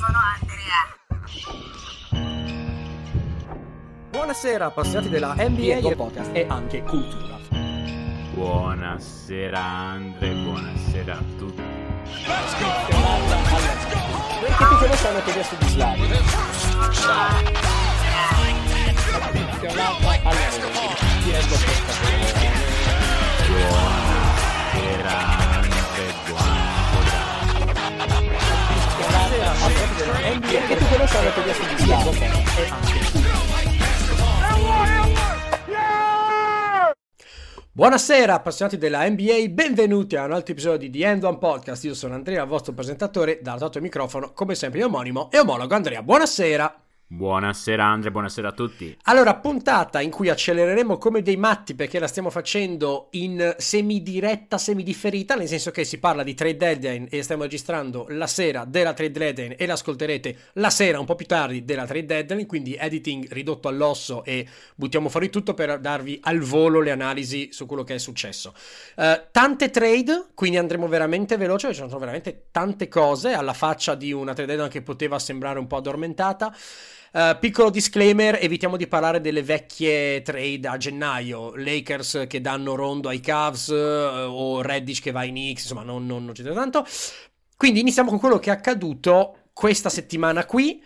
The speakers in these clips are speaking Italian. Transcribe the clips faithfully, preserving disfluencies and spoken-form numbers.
sono Andrea. Buonasera appassionati della N B A e podcast e anche cultura. Buonasera Andre, buonasera a tutti. Let's go! Perché tu conosci una teoria su Bislari? Chiamata allora, ti rendo Buonasera Andre, buonasera. Perché tu conosci una teoria su Bislari? E anche Buonasera appassionati della N B A, benvenuti a un altro episodio di The End One Podcast. Io sono Andrea, il vostro presentatore, dal lato del microfono, come sempre il omonimo e omologo Andrea. Buonasera! Buonasera Andre, buonasera a tutti. Allora, puntata in cui accelereremo come dei matti perché la stiamo facendo in semidiretta, semidifferita, nel senso che si parla di trade deadline e stiamo registrando la sera della trade deadline e l'ascolterete la sera un po' più tardi della trade deadline, quindi editing ridotto all'osso e buttiamo fuori tutto per darvi al volo le analisi su quello che è successo. Uh, tante trade, quindi andremo veramente veloce, ci sono veramente tante cose alla faccia di una trade deadline che poteva sembrare un po' addormentata. Uh, piccolo disclaimer, evitiamo di parlare delle vecchie trade a gennaio, Lakers che danno Rondo ai Cavs uh, o Reddish che va ai Knicks, insomma non, non, non c'è tanto. Quindi iniziamo con quello che è accaduto questa settimana qui,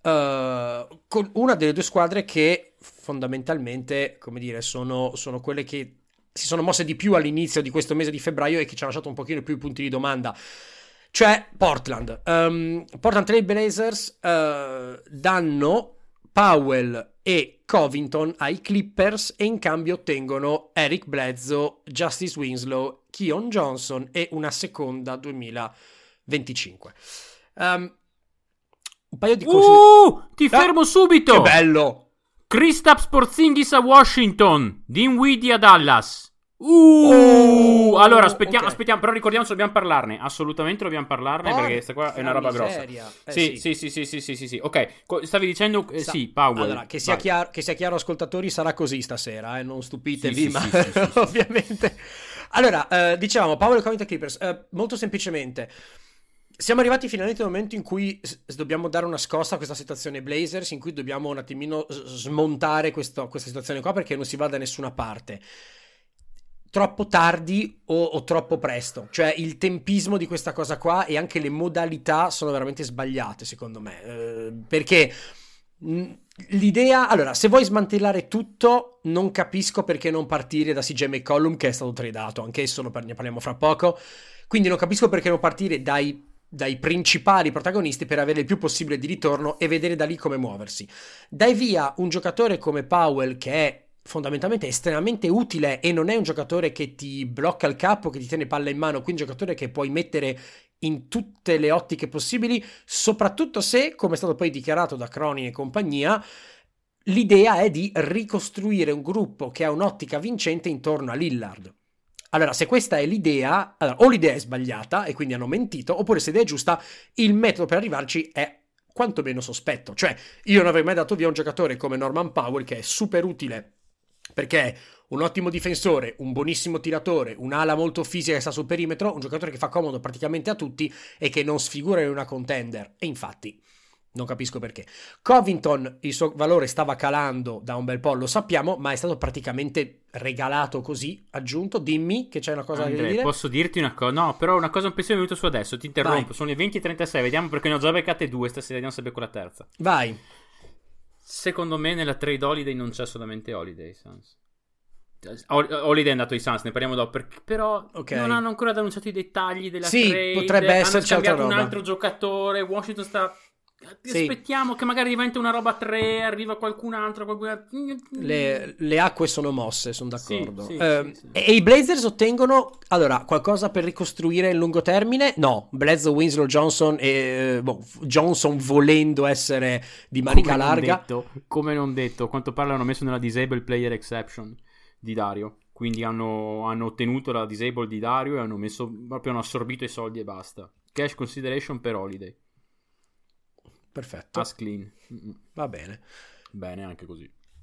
uh, con una delle due squadre che fondamentalmente, come dire, sono, sono quelle che si sono mosse di più all'inizio di questo mese di febbraio e che ci hanno lasciato un pochino più punti di domanda. Cioè Portland, um, Portland Trail Blazers uh, danno Powell e Covington ai Clippers e in cambio ottengono Eric Bledsoe, Justice Winslow, Keon Johnson e una seconda duemilaventicinque. Um, un paio di cose. Uh, ti fermo ah, subito! Che bello! Kristaps Porzingis a Washington, Dinwiddie a Dallas. Uh, oh, allora aspettiamo, okay. aspettiamo, però ricordiamoci, dobbiamo parlarne. Assolutamente dobbiamo parlarne oh, perché questa qua è una roba grossa. Eh, sì, sì. sì, sì, sì, sì, sì, sì. Ok, stavi dicendo eh, Sa- sì, Powell. Allora, che sia, chiaro, che sia chiaro, ascoltatori, sarà così stasera, eh? Non stupitevi, sì, sì, ma sì, sì, sì, sì. ovviamente. Allora, eh, dicevamo, Powell e Covington Clippers, eh, molto semplicemente. Siamo arrivati finalmente al momento in cui s- dobbiamo dare una scossa a questa situazione Blazers, in cui dobbiamo un attimino s- smontare questo, questa situazione qua perché non si va da nessuna parte. Troppo tardi o, o troppo presto, cioè il tempismo di questa cosa qua e anche le modalità sono veramente sbagliate secondo me, eh, perché mh, l'idea, allora se vuoi smantellare tutto non capisco perché non partire da C J McCollum che è stato tradato, anch'esso ne parliamo fra poco, quindi non capisco perché non partire dai dai principali protagonisti per avere il più possibile di ritorno e vedere da lì come muoversi. Dai via un giocatore come Powell che è fondamentalmente estremamente utile e non è un giocatore che ti blocca il capo, che ti tiene palla in mano, quindi un giocatore che puoi mettere in tutte le ottiche possibili, soprattutto se, come è stato poi dichiarato da Cronin e compagnia, l'idea è di ricostruire un gruppo che ha un'ottica vincente intorno a Lillard. Allora, se questa è l'idea, allora, o l'idea è sbagliata e quindi hanno mentito, oppure se l'idea è giusta, il metodo per arrivarci è quantomeno sospetto. Cioè, io non avrei mai dato via un giocatore come Norman Powell, che è super utile perché è un ottimo difensore, un buonissimo tiratore, un'ala molto fisica che sta sul perimetro, un giocatore che fa comodo praticamente a tutti e che non sfigura in una contender. E infatti non capisco perché. Covington, il suo valore stava calando da un bel po', lo sappiamo, ma è stato praticamente regalato così, aggiunto. Dimmi che c'è una cosa Andre, da dire. posso dirti una cosa? No, però una cosa un pensiero è venuto su adesso, ti interrompo. Vai. Sono le venti e trentasei, vediamo perché ne ho già beccate due stasera, vediamo se becco la terza. Vai. Secondo me nella trade Holiday non c'è solamente Holiday, Sans. Holiday è andato ai Suns, ne parliamo dopo, perché però Okay. non hanno ancora denunciato i dettagli della Sì, trade, potrebbe hanno esserci altra scambiato un roba. altro giocatore, Washington sta... Sì. Aspettiamo che magari diventa una roba tre, arriva qualcun altro, qualcun... Le, le acque sono mosse, sono d'accordo. Sì, sì, Eh, sì, sì. E i Blazers ottengono, allora, qualcosa per ricostruire il lungo termine? No, Bledsoe, Winslow, Johnson e boh, Johnson volendo essere di manica come larga. Non detto, come non detto, a quanto pare l'hanno messo nella Disable Player Exception di Dario. Quindi hanno, hanno ottenuto la Disable di Dario e hanno messo, proprio hanno assorbito i soldi e basta. Cash consideration per Holiday. Perfetto. As clean. Mm-mm. Va bene. Bene, anche così.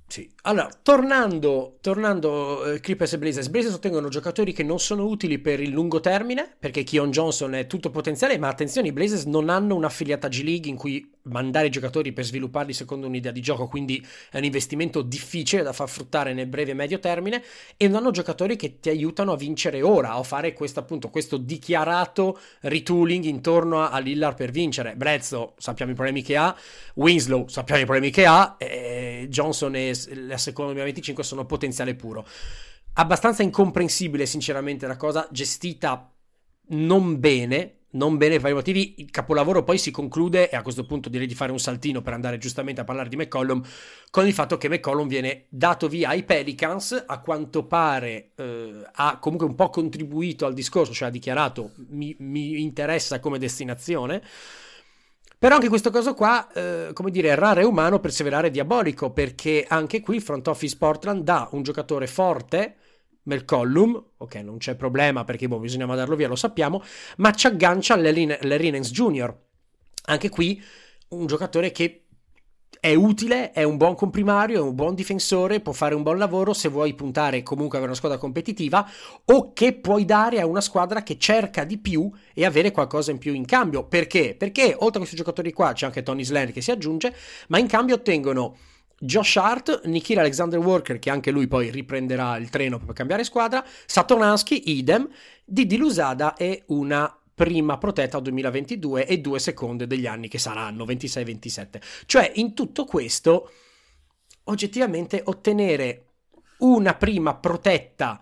Sì, allora, tornando, tornando eh, Clippers e Blazers, Blazers ottengono giocatori che non sono utili per il lungo termine, perché Keon Johnson è tutto potenziale, ma attenzione, i Blazers non hanno un'affiliata G League in cui mandare i giocatori per svilupparli secondo un'idea di gioco, quindi è un investimento difficile da far fruttare nel breve e medio termine, e non hanno giocatori che ti aiutano a vincere ora, a fare questo appunto, questo dichiarato retooling intorno a Lillard per vincere. Bledsoe, sappiamo i problemi che ha, Winslow, sappiamo i problemi che ha, e Johnson e la seconda duemilaventicinque sono potenziale puro. Abbastanza incomprensibile sinceramente la cosa, gestita non bene, non bene per vari motivi. Il capolavoro poi si conclude, e a questo punto direi di fare un saltino per andare giustamente a parlare di McCollum, con il fatto che McCollum viene dato via ai Pelicans, a quanto pare eh, ha comunque un po' contribuito al discorso, cioè ha dichiarato mi, mi interessa come destinazione. Però anche questo caso qua, eh, come dire, raro e umano, perseverare diabolico, perché anche qui il front office Portland dà un giocatore forte, McCollum, ok, non c'è problema perché boh, bisogna mandarlo via, lo sappiamo, ma ci aggancia Larry, Larry Nance junior Anche qui un giocatore che è utile, è un buon comprimario, è un buon difensore, può fare un buon lavoro se vuoi puntare comunque a avere una squadra competitiva, o che puoi dare a una squadra che cerca di più e avere qualcosa in più in cambio. Perché? Perché oltre a questi giocatori qua c'è anche Tony Sland che si aggiunge, ma in cambio ottengono Josh Hart, Nickeil Alexander-Walker, che anche lui poi riprenderà il treno per cambiare squadra, Satoransky, idem, Didi Lusada e una prima protetta duemilaventidue e due seconde degli anni che saranno ventisei ventisette. Cioè, in tutto questo, oggettivamente ottenere una prima protetta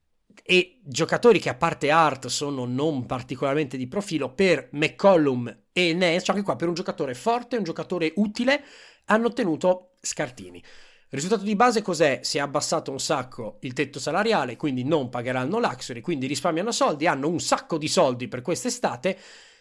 e giocatori che a parte Hart sono non particolarmente di profilo per McCollum e Nance, cioè anche qua per un giocatore forte, un giocatore utile, hanno ottenuto scartini. Il risultato di base cos'è? Si è abbassato un sacco il tetto salariale, quindi non pagheranno luxury, quindi risparmiano soldi, hanno un sacco di soldi per quest'estate,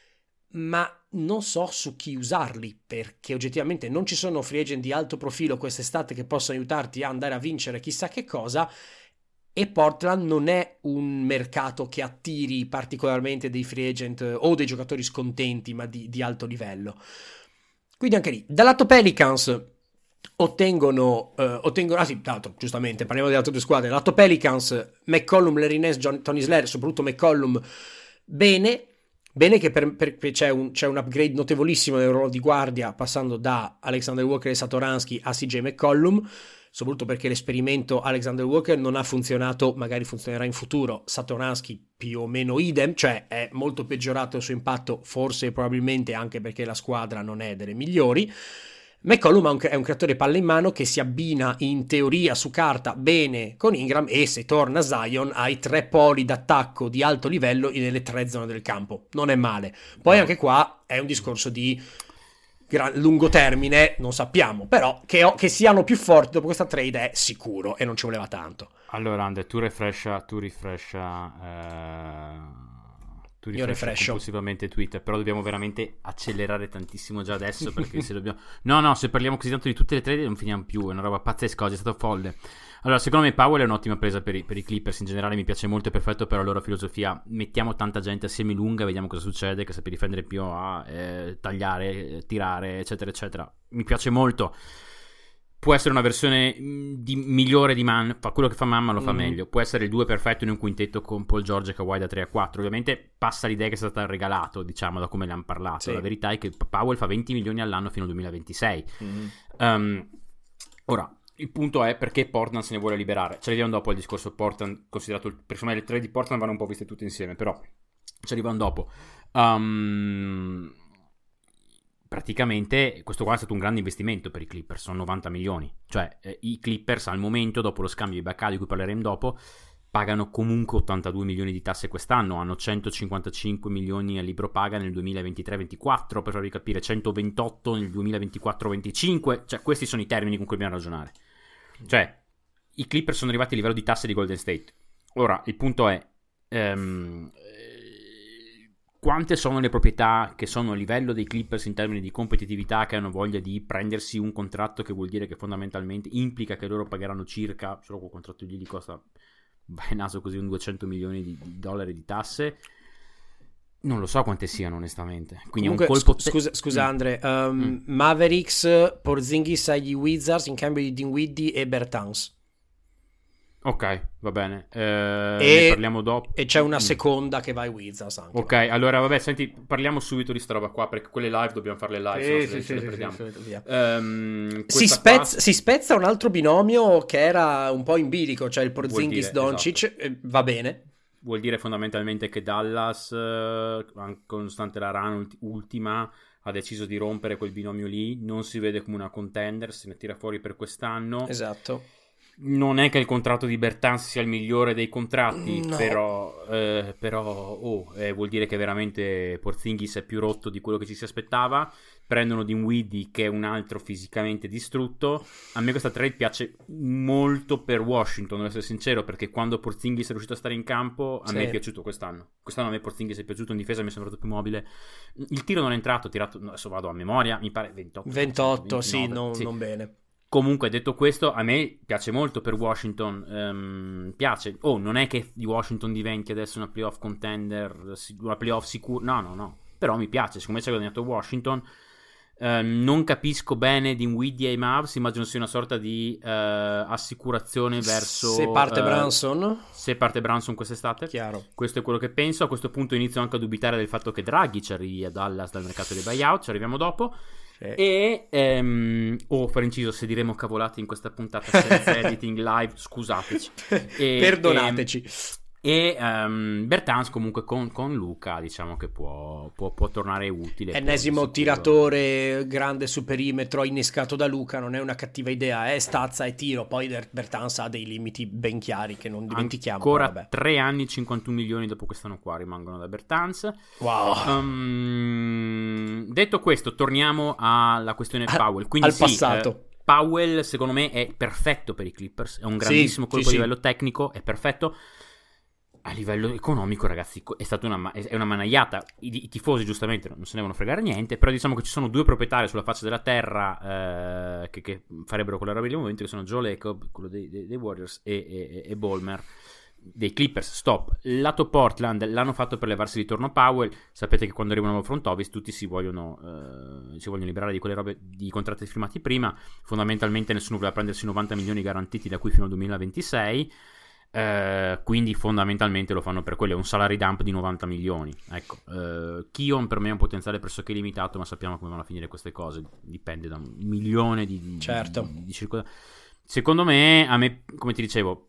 ma non so su chi usarli, perché oggettivamente non ci sono free agent di alto profilo quest'estate che possano aiutarti a andare a vincere chissà che cosa, e Portland non è un mercato che attiri particolarmente dei free agent o dei giocatori scontenti, ma di, di alto livello. Quindi anche lì, dal lato Pelicans ottengono, eh, ottengono ah sì, tra l'altro, giustamente, parliamo delle altre due squadre. Lato Pelicans, McCollum, Larry Nance, John, Tony Slater, soprattutto McCollum, bene, bene che per, per, c'è, un, c'è un upgrade notevolissimo nel ruolo di guardia, passando da Alexander Walker e Satoransky a C J McCollum, soprattutto perché l'esperimento Alexander Walker non ha funzionato, magari funzionerà in futuro. Satoransky più o meno idem, cioè è molto peggiorato il suo impatto, forse probabilmente anche perché la squadra non è delle migliori. McCollum è un creatore palla in mano che si abbina in teoria su carta bene con Ingram, e se torna Zion hai tre poli d'attacco di alto livello nelle tre zone del campo, non è male. Poi anche qua è un discorso di gran, lungo termine, non sappiamo, però che, ho, che siano più forti dopo questa trade è sicuro, e non ci voleva tanto. Allora Andre, tu refrescia tu refrescia eh... tu rifrescio compulsivamente Twitter, però dobbiamo veramente accelerare tantissimo già adesso, perché se dobbiamo no no se parliamo così tanto di tutte le trade non finiamo più, è una roba pazzesca, oggi è stato folle. Allora, secondo me Powell è un'ottima presa per i, per i Clippers, in generale mi piace molto, è perfetto per la loro filosofia, mettiamo tanta gente a semilunga, vediamo cosa succede, che sa per difendere più a eh, tagliare, eh, tirare eccetera eccetera, mi piace molto. Può essere una versione di, migliore di Man, fa quello che fa Man ma lo fa mm. meglio. Può essere il due perfetto in un quintetto con Paul George e Kawhi da tre a quattro. Ovviamente passa l'idea che è stato regalato, diciamo, da come le hanno parlato. Sì. La verità è che Powell fa venti milioni all'anno fino al duemilaventisei. Mm. Um, ora, il punto è perché Portland se ne vuole liberare. Ci arriviamo dopo al discorso Portland, considerato il, per me le tre di Portland vanno un po' viste tutte insieme, però ci arriviamo dopo. Um, praticamente questo qua è stato un grande investimento per i Clippers, sono novanta milioni, cioè eh, i Clippers al momento, dopo lo scambio di Ibaka di cui parleremo dopo, pagano comunque ottantadue milioni di tasse quest'anno, hanno centocinquantacinque milioni a libro paga nel duemilaventitré ventiquattro, per farvi capire centoventotto nel duemilaventiquattro venticinque, cioè questi sono i termini con cui dobbiamo ragionare, cioè i Clippers sono arrivati a livello di tasse di Golden State. Ora il punto è um, quante sono le proprietà che sono a livello dei Clippers in termini di competitività, che hanno voglia di prendersi un contratto che vuol dire che fondamentalmente implica che loro pagheranno circa, solo quel contratto gli costa vai naso così un duecento milioni di dollari di tasse. Non lo so quante siano onestamente. Quindi Comunque, è un colpo scu- scusa, scusa Mm. Andre, um, Mm. Mavericks, Porzingis agli Wizards in cambio di Dinwiddie e Bertans. Ok, va bene. Eh, E- ne parliamo dopo. E c'è una Mm. seconda che va ai Wizards anche. Ok, allora vabbè, senti, parliamo subito di sta roba qua, perché quelle live dobbiamo farle live, se no Sì, se- sì, se sì, le sì, perdiamo. sì, sì, via. Ehm, Si, questa spezza, qua si spezza un altro binomio che era un po' in bilico, cioè il Vuol Porzingis dire, Doncic, eh, va bene. vuol dire fondamentalmente che Dallas, eh, anche nonostante la run ulti- ultima, ha deciso di rompere quel binomio lì, non si vede come una contender, se ne tira fuori per quest'anno. Esatto. Non è che il contratto di Bertans sia il migliore dei contratti, No. però, eh, però oh, eh, vuol dire che veramente Porzingis è più rotto di quello che ci si aspettava. Prendono Dinwiddie, che è un altro fisicamente distrutto. A me questa trade piace molto per Washington, devo essere sincero, perché quando Porzingis è riuscito a stare in campo a Sì. me è piaciuto quest'anno. Quest'anno a me Porzingis è piaciuto, in difesa mi è sembrato più mobile. Il tiro non è entrato, ha tirato, adesso vado a memoria, mi pare ventotto. ventotto, sì, ventinove, non, sì. non bene. Comunque, detto questo, a me piace molto per Washington. ehm, piace. Oh, non è che di Washington diventi adesso una playoff contender, si- una playoff sicura. No, no, no. Però mi piace. Siccome ci ha guadagnato Washington, eh, non capisco bene Dinwiddie ai Mavs. Immagino sia una sorta di eh, assicurazione verso. Se parte eh, Brunson, Se parte Brunson quest'estate. chiaro. Questo è quello che penso. A questo punto inizio anche a dubitare del fatto che Draghi ci arrivi a Dallas dal mercato dei buyout. Ci arriviamo dopo. Sì. E ehm, oh, per inciso, se diremo cavolate in questa puntata senza editing live, scusateci. E, Perdonateci. E, e ehm, Bertans comunque con, con Luca diciamo che può, può, può tornare utile. Ennesimo Poi, tiratore grande su perimetro innescato da Luca, non è una cattiva idea, è stazza e tiro, poi Bertans ha dei limiti ben chiari che non dimentichiamo. Ancora però vabbè. tre anni, cinquantuno milioni dopo quest'anno qua rimangono da Bertans. Wow. Um, detto questo, torniamo alla questione Al- Powell. Quindi al sì, passato. eh, Powell secondo me è perfetto per i Clippers, è un grandissimo Sì, colpo sì, a sì. livello tecnico, è perfetto. A livello economico, ragazzi, è stata una, ma- è una manaiata. I, I tifosi, giustamente, non se ne devono fregare niente. Però diciamo che ci sono due proprietari sulla faccia della terra eh, che, che farebbero quella roba lì al momento, che sono Joe Lacob, quello dei, dei, dei Warriors, e, e, e Ballmer dei Clippers. Stop. Lato Portland l'hanno fatto per levarsi di torno Powell. Sapete che quando arriva un nuovo front office tutti si vogliono, eh, si vogliono liberare di quelle robe, di contratti firmati prima. Fondamentalmente nessuno voleva prendersi novanta milioni garantiti da qui fino al duemilaventisei. Uh, quindi fondamentalmente lo fanno per quello, è un salary dump di novanta milioni. Ecco, uh, Keon per me è un potenziale pressoché limitato, ma sappiamo come vanno a finire queste cose, dipende da un milione di, di, Certo. di, di circola- secondo me, a me, come ti dicevo,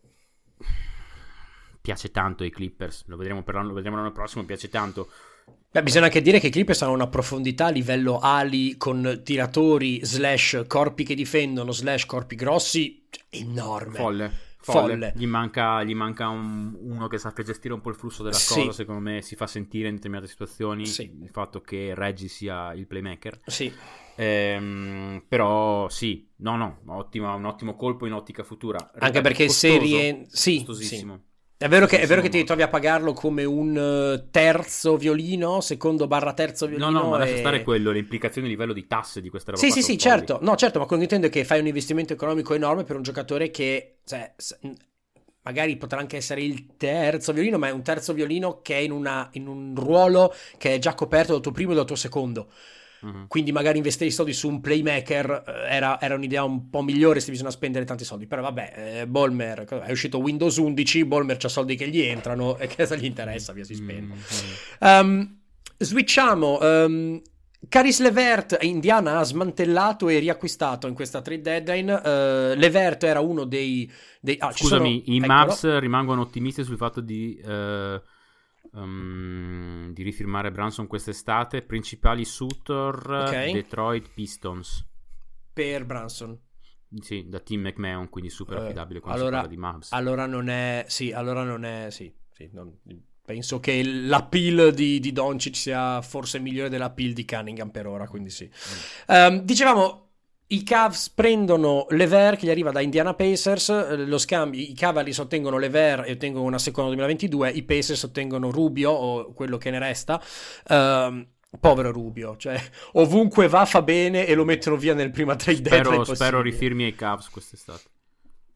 piace tanto ai Clippers, lo vedremo, per l'anno, lo vedremo l'anno prossimo, piace tanto. Beh, bisogna anche dire che i Clippers hanno una profondità a livello ali con tiratori slash corpi che difendono slash corpi grossi enorme. Folle. Folle. Folle. Gli manca, gli manca un- uno che sappia gestire un po' il flusso della Sì. cosa. Secondo me si fa sentire in determinate situazioni Sì. il fatto che Reggie sia il playmaker. Sì. Ehm, però sì, no no, ottima, un ottimo colpo in ottica futura. Anche Ripeto, perché costoso, se rien- sì, costosissimo. sì. È vero, che, è vero Costosissimo, che ti ma- ritrovi a pagarlo come un eh, terzo violino, secondo barra terzo violino. No no, ma e- lascia stare quello, le implicazioni a livello di tasse di questa roba Sì, qua sì, sì, sono folli. certo. No, certo, ma quello che intendo è che fai un investimento economico enorme per un giocatore che, cioè, s- magari potrà anche essere il terzo violino, ma è un terzo violino che è in, una, in un ruolo che è già coperto dal tuo primo e dal tuo secondo. Mhm. Quindi magari investire i soldi su un playmaker eh, era, era un'idea un po' migliore se bisogna spendere tanti soldi. Però vabbè, eh, Ballmer, è uscito Windows undici, Ballmer c'ha soldi che gli entrano e che cosa gli interessa, via si spende. Mm, Um, switchiamo. Um, Caris LeVert, Indiana ha smantellato e riacquistato in questa trade deadline. Uh, LeVert era uno dei... dei ah, ci Scusami, sono- i eccolo. Mavs rimangono ottimisti sul fatto di, eh, um, di rifirmare Brunson quest'estate. Principali suitor, Ok. Detroit Pistons. Per Brunson. Sì, da Team McMahon, quindi super Eh, affidabile quando allora- si parla di Mavs. Allora non è... Sì, allora non è... Sì, sì, non- penso che l'appeal di, di Doncic sia forse migliore dell'appeal di Cunningham per ora, quindi sì. Um, dicevamo... I Cavs prendono LeVert che gli arriva da Indiana Pacers, eh, lo scambio, i Cavaliers ottengono LeVert e ottengono una seconda duemilaventidue, i Pacers ottengono Rubio o quello che ne resta. Ehm, povero Rubio, cioè ovunque va fa bene e lo mettono via nel prima trade deadline Spero, possibile. spero rifirmi ai Cavs quest'estate.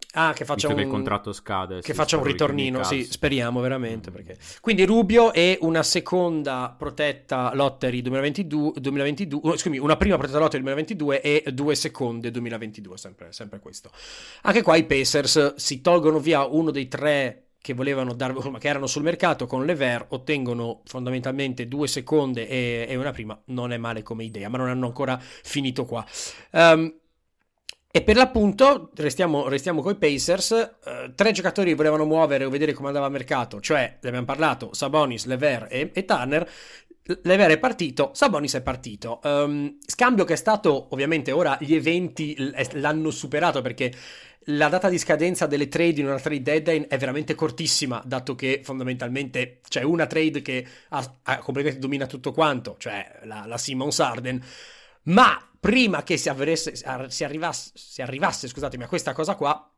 Ah, che faccia visto un, che il contratto scade, che sì, faccia un spero ritornino, ritorni in sì, calcio. speriamo veramente. Perché... Quindi Rubio e una seconda protetta lottery duemilaventidue, duemilaventidue oh, scusami, una prima protetta lottery duemilaventidue e due seconde duemilaventidue, sempre, sempre questo. Anche qua i Pacers si tolgono via uno dei tre che volevano dar, che erano sul mercato con Lever, ottengono fondamentalmente due seconde e, e una prima. Non è male come idea, ma non hanno ancora finito qua. Um, E per l'appunto restiamo, restiamo con i Pacers, eh, tre giocatori volevano muovere o vedere come andava il mercato, cioè, ne abbiamo parlato, Sabonis, Lever e, e Turner. Lever è partito, Sabonis è partito. Um, scambio che è stato, ovviamente ora gli eventi l'hanno superato, perché la data di scadenza delle trade in una trade deadline è veramente cortissima, dato che fondamentalmente c'è una trade che ha, ha completamente domina tutto quanto, cioè la, la Simmons-Harden. Ma prima che si, avveresse, si, arrivasse, si arrivasse scusatemi, a questa cosa qua,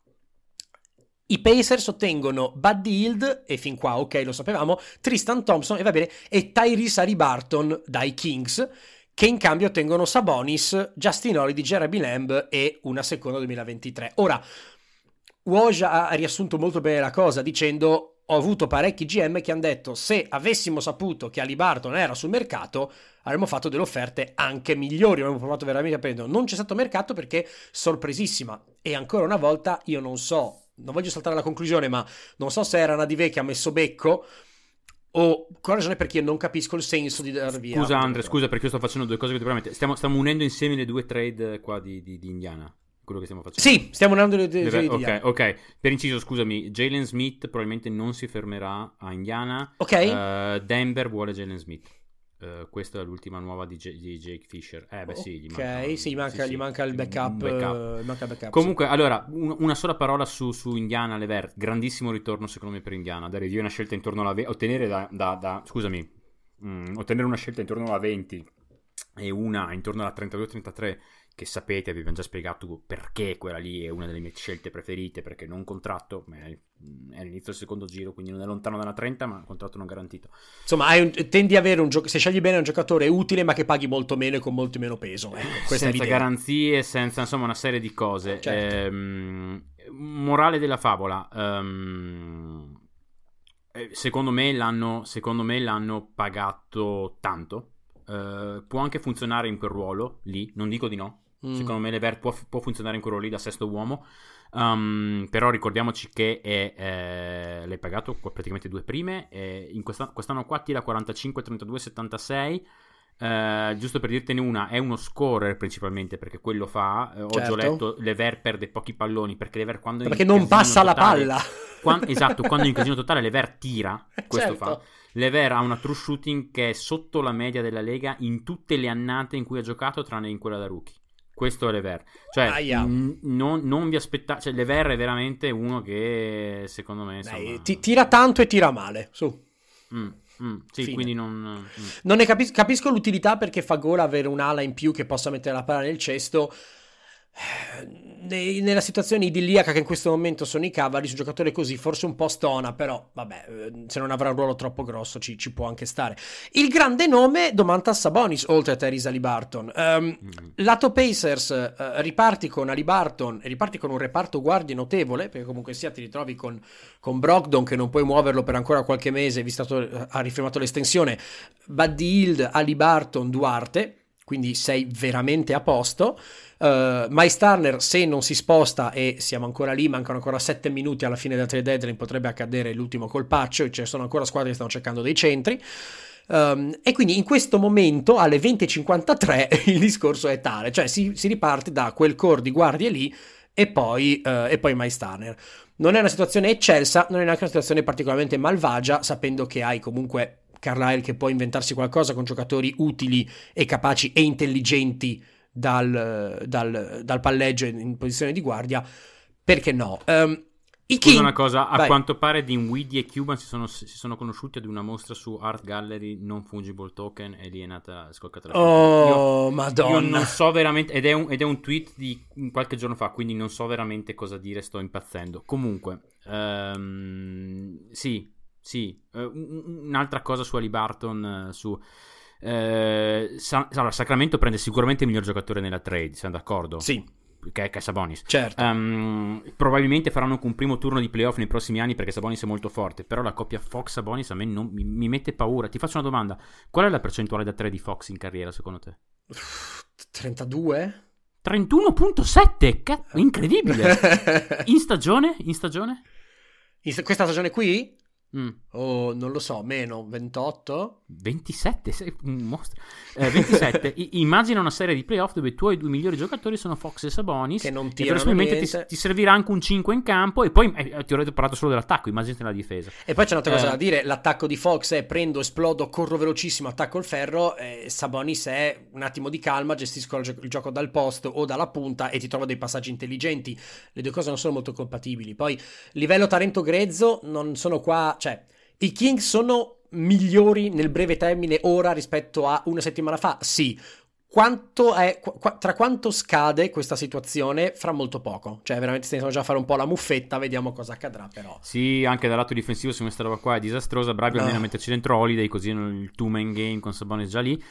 i Pacers ottengono Buddy Hield, e fin qua ok, lo sapevamo, Tristan Thompson e va bene, e Tyrese Haliburton dai Kings, che in cambio ottengono Sabonis, Justin Holiday, Jeremy Lamb e una seconda duemilaventitré. Ora, Woj ha riassunto molto bene la cosa dicendo: ho avuto parecchi G M che hanno detto se avessimo saputo che Haliburton era sul mercato avremmo fatto delle offerte anche migliori, avremmo provato veramente a prenderlo. Non c'è stato mercato perché sorpresissima, e ancora una volta io non so, non voglio saltare alla conclusione, ma non so se era Nadivè che ha messo becco o con ragione, perché io non capisco il senso di dar via. Scusa Andre, scusa perché io sto facendo due cose che ti prometto. Stiamo, stiamo unendo insieme le due trade qua di, di, di Indiana. Quello che stiamo facendo. Sì, stiamo andando le trade di Indiana. Ok, ok. Per inciso, scusami, Jalen Smith probabilmente non si fermerà a Indiana. Ok. Uh, Denver vuole Jalen Smith. Uh, questa è l'ultima nuova di, J- di Jake Fisher. Eh beh sì, gli manca, ok, sì, manca, sì, gli manca sì, il backup, backup. Uh, manca il backup Comunque, sì. allora, un, una sola parola su, su Indiana Lever. Grandissimo ritorno secondo me per Indiana. Dare via una scelta intorno alla venti, ottenere da, da, da scusami, mh, ottenere una scelta intorno alla venti e una intorno alla trentadue trentatré, che sapete, vi abbiamo già spiegato perché quella lì è una delle mie scelte preferite, perché non contratto, è, è all'inizio del secondo giro, quindi non è lontano dalla trenta, ma contratto non garantito. Insomma, hai un, tendi a avere un gioco, se scegli bene un giocatore utile, ma che paghi molto meno e con molto meno peso. Ecco, questa senza è garanzie, senza insomma una serie di cose. Certo. Ehm, morale della favola. Ehm, secondo me l'hanno, secondo me l'hanno pagato tanto. Uh, può anche funzionare in quel ruolo lì, non dico di no. Mm. Secondo me Levert può, può funzionare in quel ruolo lì da sesto uomo. Um, però ricordiamoci che è, eh, l'hai pagato praticamente due prime. E in questa, quest'anno qua tira quarantacinque, trentadue, settantasei. Uh, giusto per dirtene una, è uno scorer principalmente, perché quello fa. Uh, certo. Ho già letto Levert perde pochi palloni perché Levert quando perché non passa totale, la palla. Quando, esatto, quando in casino totale Levert tira, questo certo. fa. Lever ha una true shooting che è sotto la media della Lega in tutte le annate in cui ha giocato, tranne in quella da rookie. Questo è Lever. Cioè, n- non, non vi aspettate. Cioè, Lever è veramente uno che secondo me. Insomma... Dai, ti, tira tanto e tira male. Su. Mm, mm, sì, Fine. quindi non. Mm. Non ne capis- capisco l'utilità, perché fa gola avere un'ala in più che possa mettere la palla nel cesto. Nella situazione idilliaca che in questo momento sono i Cavaliers, un giocatore così forse un po' stona, però vabbè, se non avrà un ruolo troppo grosso ci, ci può anche stare. Il grande nome Domantas Sabonis oltre a Tyrese Haliburton. um, mm-hmm. Lato Pacers, uh, riparti con Haliburton e riparti con un reparto guardie notevole, perché comunque sia ti ritrovi con, con Brogdon che non puoi muoverlo per ancora qualche mese visto che ha rifirmato l'estensione, Buddy Hield, Haliburton, Duarte, quindi sei veramente a posto. Uh, Miles Turner, se non si sposta, e siamo ancora lì, mancano ancora sette minuti alla fine della trade deadline, potrebbe accadere l'ultimo colpaccio, e ci sono ancora squadre che stanno cercando dei centri. Um, e quindi in questo momento alle venti e cinquantatré il discorso è tale, cioè si, si riparte da quel core di guardie lì e poi, uh, e poi Miles Turner. Non è una situazione eccelsa, non è neanche una situazione particolarmente malvagia, sapendo che hai comunque Carlisle che può inventarsi qualcosa con giocatori utili e capaci e intelligenti dal, dal, dal palleggio in, in posizione di guardia. Perché no? Um, i King... Scusa una cosa, a Vai. quanto pare Dinwiddie e Cuban si sono, si sono conosciuti ad una mostra su Art Gallery non fungible token, e lì è nata scoccata la oh io, madonna, io non so veramente, ed è, un, ed è un tweet di qualche giorno fa, quindi non so veramente cosa dire, sto impazzendo. Comunque um, sì sì uh, un'altra cosa su Haliburton, uh, su uh, Sa- allora, Sacramento prende sicuramente il miglior giocatore nella trade, siamo d'accordo? Sì. che è, che è Sabonis. Certo. Um, probabilmente faranno anche un primo turno di playoff nei prossimi anni perché Sabonis è molto forte, però la coppia Fox-Sabonis a me non, mi, mi mette paura. Ti faccio una domanda: qual è la percentuale da tre di Fox in carriera secondo te? trentadue? trentuno virgola sette, Ca- incredibile. In stagione? In stagione? In st- questa stagione qui? Mm. Oh, non lo so, meno ventisette? ventisette, sei un mostro. Eh, ventisette. I- immagina una serie di playoff dove i tuoi due migliori giocatori sono Fox e Sabonis, che non e tirano probabilmente ti, niente. ti servirà anche un cinque in campo, e poi eh, ti ho parlato solo dell'attacco, immaginate la difesa. E poi c'è un'altra cosa Eh. da dire: l'attacco di Fox è prendo, esplodo, corro velocissimo, attacco il ferro, e Sabonis è un attimo di calma, gestisco il, gio- il gioco dal post o dalla punta e ti trovo dei passaggi intelligenti. Le due cose non sono molto compatibili. Poi livello talento grezzo non sono qua, cioè i Kings sono migliori nel breve termine ora rispetto a una settimana fa? Sì. Quanto è, qu- tra quanto scade questa situazione? Fra molto poco. Cioè veramente stiamo già a fare un po' la muffetta, vediamo cosa accadrà però. Sì, anche dal lato difensivo secondo me sta roba qua è disastrosa. Bravi No. almeno a metterci dentro Holiday, così il two-man game con Sabonis già lì.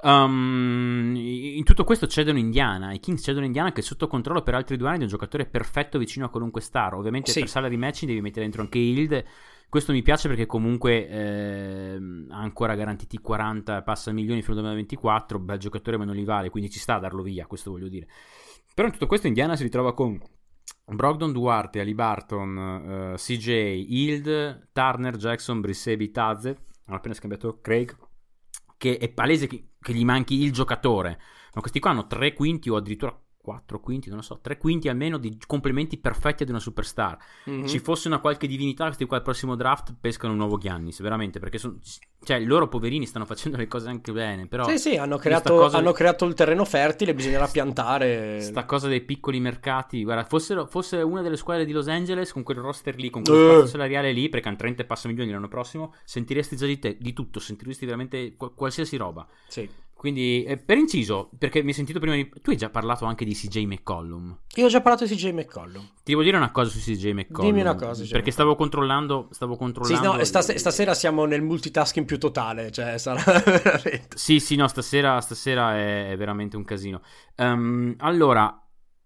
Um, in tutto questo cedono Indiana. I Kings cedono Indiana, che è sotto controllo per altri due anni di un giocatore perfetto vicino a qualunque star. Ovviamente Sì. per salary matching devi mettere dentro anche Hield. Questo mi piace perché comunque eh, ha ancora garantiti quaranta passa milioni fino al duemilaventiquattro. Bel giocatore, ma non li vale, quindi ci sta a darlo via, questo voglio dire. Però in tutto questo Indiana si ritrova con Brogdon, Duarte, Haliburton, uh, C J, Hield, Turner, Jackson, Brissebi, Taze. Hanno appena scambiato Craig, che è palese che, che gli manchi il giocatore. Ma questi qua hanno tre quinti o addirittura quattro quinti, non lo so, tre quinti almeno di complementi perfetti ad una superstar. Mm-hmm. Ci fosse una qualche divinità, questi qua al prossimo draft pescano un nuovo Giannis, veramente, perché sono, cioè loro poverini stanno facendo le cose anche bene, però Sì, sì, hanno questa creato, cosa- hanno creato il terreno fertile, bisognerà piantare. sta cosa dei piccoli mercati, guarda, fossero, fosse una delle squadre di Los Angeles con quel roster lì, con quello Eh. spazio salariale lì, perché hanno trenta e passa milioni l'anno prossimo, sentiresti già di te, di tutto, sentiresti veramente qual- qualsiasi roba. Sì. Quindi, eh, per inciso, perché mi hai sentito prima di... Tu hai già parlato anche di C J McCollum. Io ho già parlato di C J McCollum. Ti devo dire una cosa su C J McCollum. Dimmi una cosa, C J perché stavo controllando, stavo Sì, controllando... no, stas- stasera siamo nel multitasking più totale, cioè sarà veramente... Sì, sì, no, stasera, stasera è, è veramente un casino. Um, allora,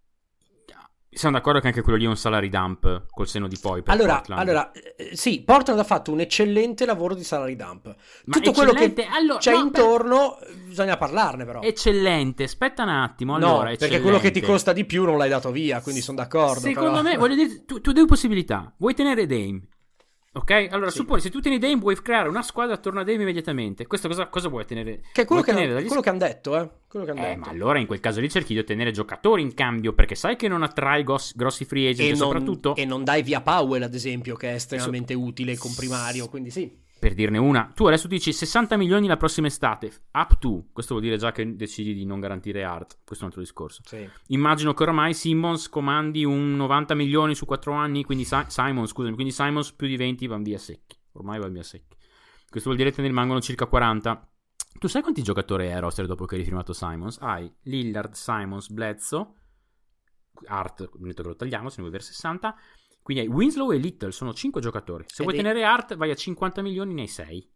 siamo d'accordo che anche quello lì è un salary dump col seno di poi per Allora, Portland. allora eh, sì, Portland ha fatto un eccellente lavoro di salary dump. Ma Tutto quello che eccellente, allora, c'è no, intorno bisogna parlarne però. Eccellente, aspetta un attimo. No, Allora, perché eccellente. quello che ti costa di più non l'hai dato via, quindi sono d'accordo. Secondo però. me, voglio dire, tu, tu hai due possibilità. Vuoi tenere Dame, ok? Allora, Sì. supponi, se tu tieni Dame, vuoi creare una squadra attorno a Dame immediatamente. Questo cosa, cosa vuoi tenere? Che è quello, Vuoi che, tenere dagli quello che hanno detto, eh. Quello che hanno Eh, detto. ma allora in quel caso lì cerchi di ottenere giocatori in cambio, perché sai che non attrai gos- grossi free agent E e non, soprattutto, e non dai via Powell, ad esempio, che è estremamente utile con primario, quindi sì. per dirne una, tu adesso dici sessanta milioni la prossima estate, up to, questo vuol dire già che decidi di non garantire Hart, questo è un altro discorso. Sì. Immagino che oramai Simmons comandi un novanta milioni su quattro anni, quindi Si- Simon, scusami, quindi Simons più di venti vanno via secchi, ormai vanno via secchi. Questo vuol dire che ne rimangono circa quaranta. Tu sai quanti giocatori hai a roster dopo che hai rifirmato Simons? Hai Lillard, Simons, Bledsoe, Hart, detto che lo tagliamo, se ne vuoi per sessanta. Quindi hai Winslow e Little, sono cinque giocatori. Se Ed vuoi è- tenere Hart, vai a cinquanta milioni, ne hai sei.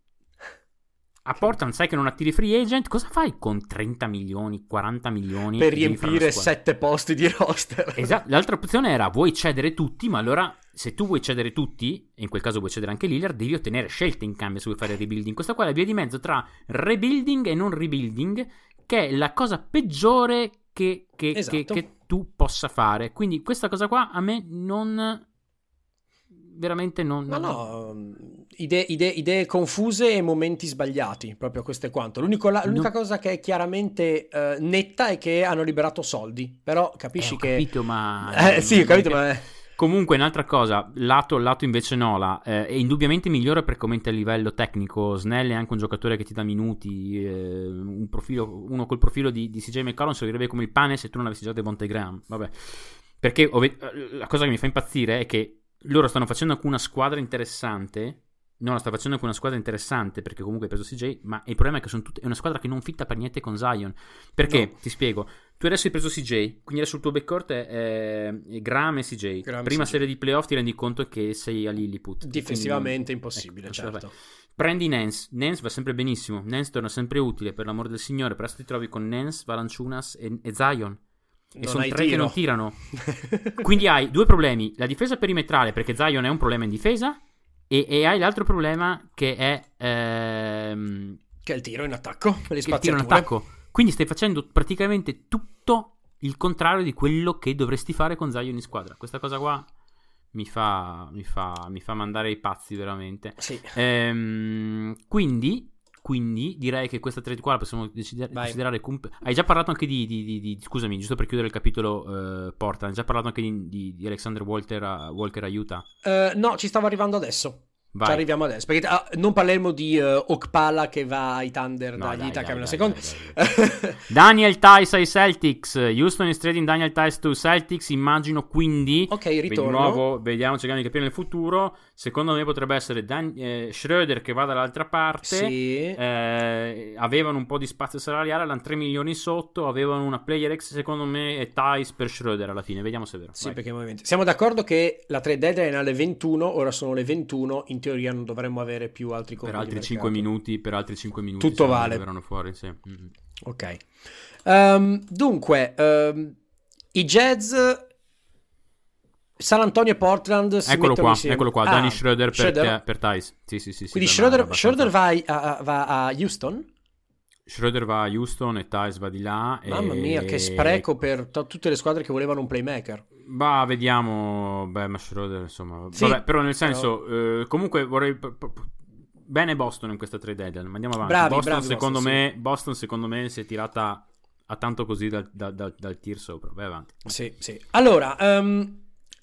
A Portland sai che non attiri free agent, cosa fai con trenta milioni, quaranta milioni? Per Devi fare una riempire squadra. sette posti di roster. Esatto, l'altra opzione era vuoi cedere tutti, ma allora se tu vuoi cedere tutti, e in quel caso vuoi cedere anche Lillard, devi ottenere scelte in cambio se vuoi fare rebuilding. Questa qua è la via di mezzo tra rebuilding e non rebuilding, che è la cosa peggiore che, che, Esatto. che, che tu possa fare. Quindi questa cosa qua a me non... veramente non... No, no, idee, idee, idee confuse e momenti sbagliati, proprio questo è quanto. L'unico, la- l'unica No. cosa che è chiaramente eh, netta è che hanno liberato soldi, però capisci Eh, ho che... capito, ma... Eh, sì, ho capito, ma... Comunque, un'altra cosa, lato, lato invece Nola, eh, è indubbiamente migliore perché aumenta il livello tecnico. Snell è anche un giocatore che ti dà minuti, eh, un profilo, uno col profilo di, di C J McCollum servirebbe come il pane se tu non avessi già Devontae Graham. Vabbè, perché ove- la cosa che mi fa impazzire è che loro stanno facendo anche una squadra interessante. No, sta facendo anche una squadra interessante perché comunque hai preso C J, ma il problema è che sono tutte, è una squadra che non fitta per niente con Zion. Perché, No. ti spiego, tu adesso hai preso C J, quindi adesso il tuo backcourt è, è, è Graham e C J. Graham Prima C J. serie di playoff ti rendi conto che sei a Lilliput. Difensivamente Quindi- impossibile, ecco, certo. Prendi Nance, Nance va sempre benissimo, Nance torna sempre utile, per l'amor del Signore, presto ti trovi con Nance, Valanciunas e, e Zion. e Non sono hai tre che tiro. non tirano. Quindi hai due problemi: la difesa perimetrale, perché Zion è un problema in difesa, e, e hai l'altro problema che è ehm, Che è il tiro in attacco, le il tiro in spaziature. attacco. Quindi stai facendo praticamente tutto il contrario di quello che dovresti fare con Zion in squadra. Questa cosa qua mi fa, mi fa, mi fa mandare i pazzi veramente. Sì. Ehm, quindi, quindi direi che questa trade qua la possiamo decidere, Vai. considerare. Comp- hai già parlato anche di, di, di, di- scusami, giusto per chiudere il capitolo eh, Portland, hai già parlato anche di, di, di Alexander Walker a, Walker a Utah? Eh, no, ci stavo arrivando adesso. Vai. Ci arriviamo adesso. Perché ah, non parleremo di uh, Okpala che va ai Thunder No, dagli dai, Ithaca dai, una dai, seconda. dai, Daniel Tice ai Celtics. Houston is trading Daniel Tice to Celtics. Immagino quindi. Ok, Di ritorno. nuovo, vediamo, cerchiamo di capire nel futuro. Secondo me potrebbe essere Dan- eh, Schroeder che va dall'altra parte. Sì. Eh, avevano un po' di spazio salariale, erano tre milioni sotto. Avevano una player ex, secondo me, e Tice per Schroeder alla fine. Vediamo se è vero. Sì, Vai. perché ovviamente siamo d'accordo che la trade deadline è alle ventuno, ora sono le ventuno, in teoria non dovremmo avere più altri Per colpi altri di cinque mercato. minuti, per altri cinque minuti Tutto se non vale. verranno fuori, sì. Mm-hmm. Ok. Ehm, dunque, ehm, i Jazz, San Antonio e Portland si Eccolo mettono qua, insieme. eccolo qua, Ah, Danny Schroeder per, Schroeder? per Tice. Sì, sì, sì, sì, Quindi beh, Schroeder, ma abbastanza- Schroeder va, ai- a, va a Houston? Schroeder va a Houston e Tice va di là. Mamma e... mia, che spreco per t- tutte le squadre che volevano un playmaker. Bah, vediamo. Beh, ma Schroeder, insomma. Sì, Vabbè, però nel senso, eh, comunque vorrei. p- p- Bene Boston in questa trade deadline. Ma andiamo avanti. Bravi, Boston, bravi secondo Boston, me, Boston, secondo me, si è tirata a tanto così dal, dal, dal, dal tir sopra. Vai avanti. Sì, sì. Allora, ehm,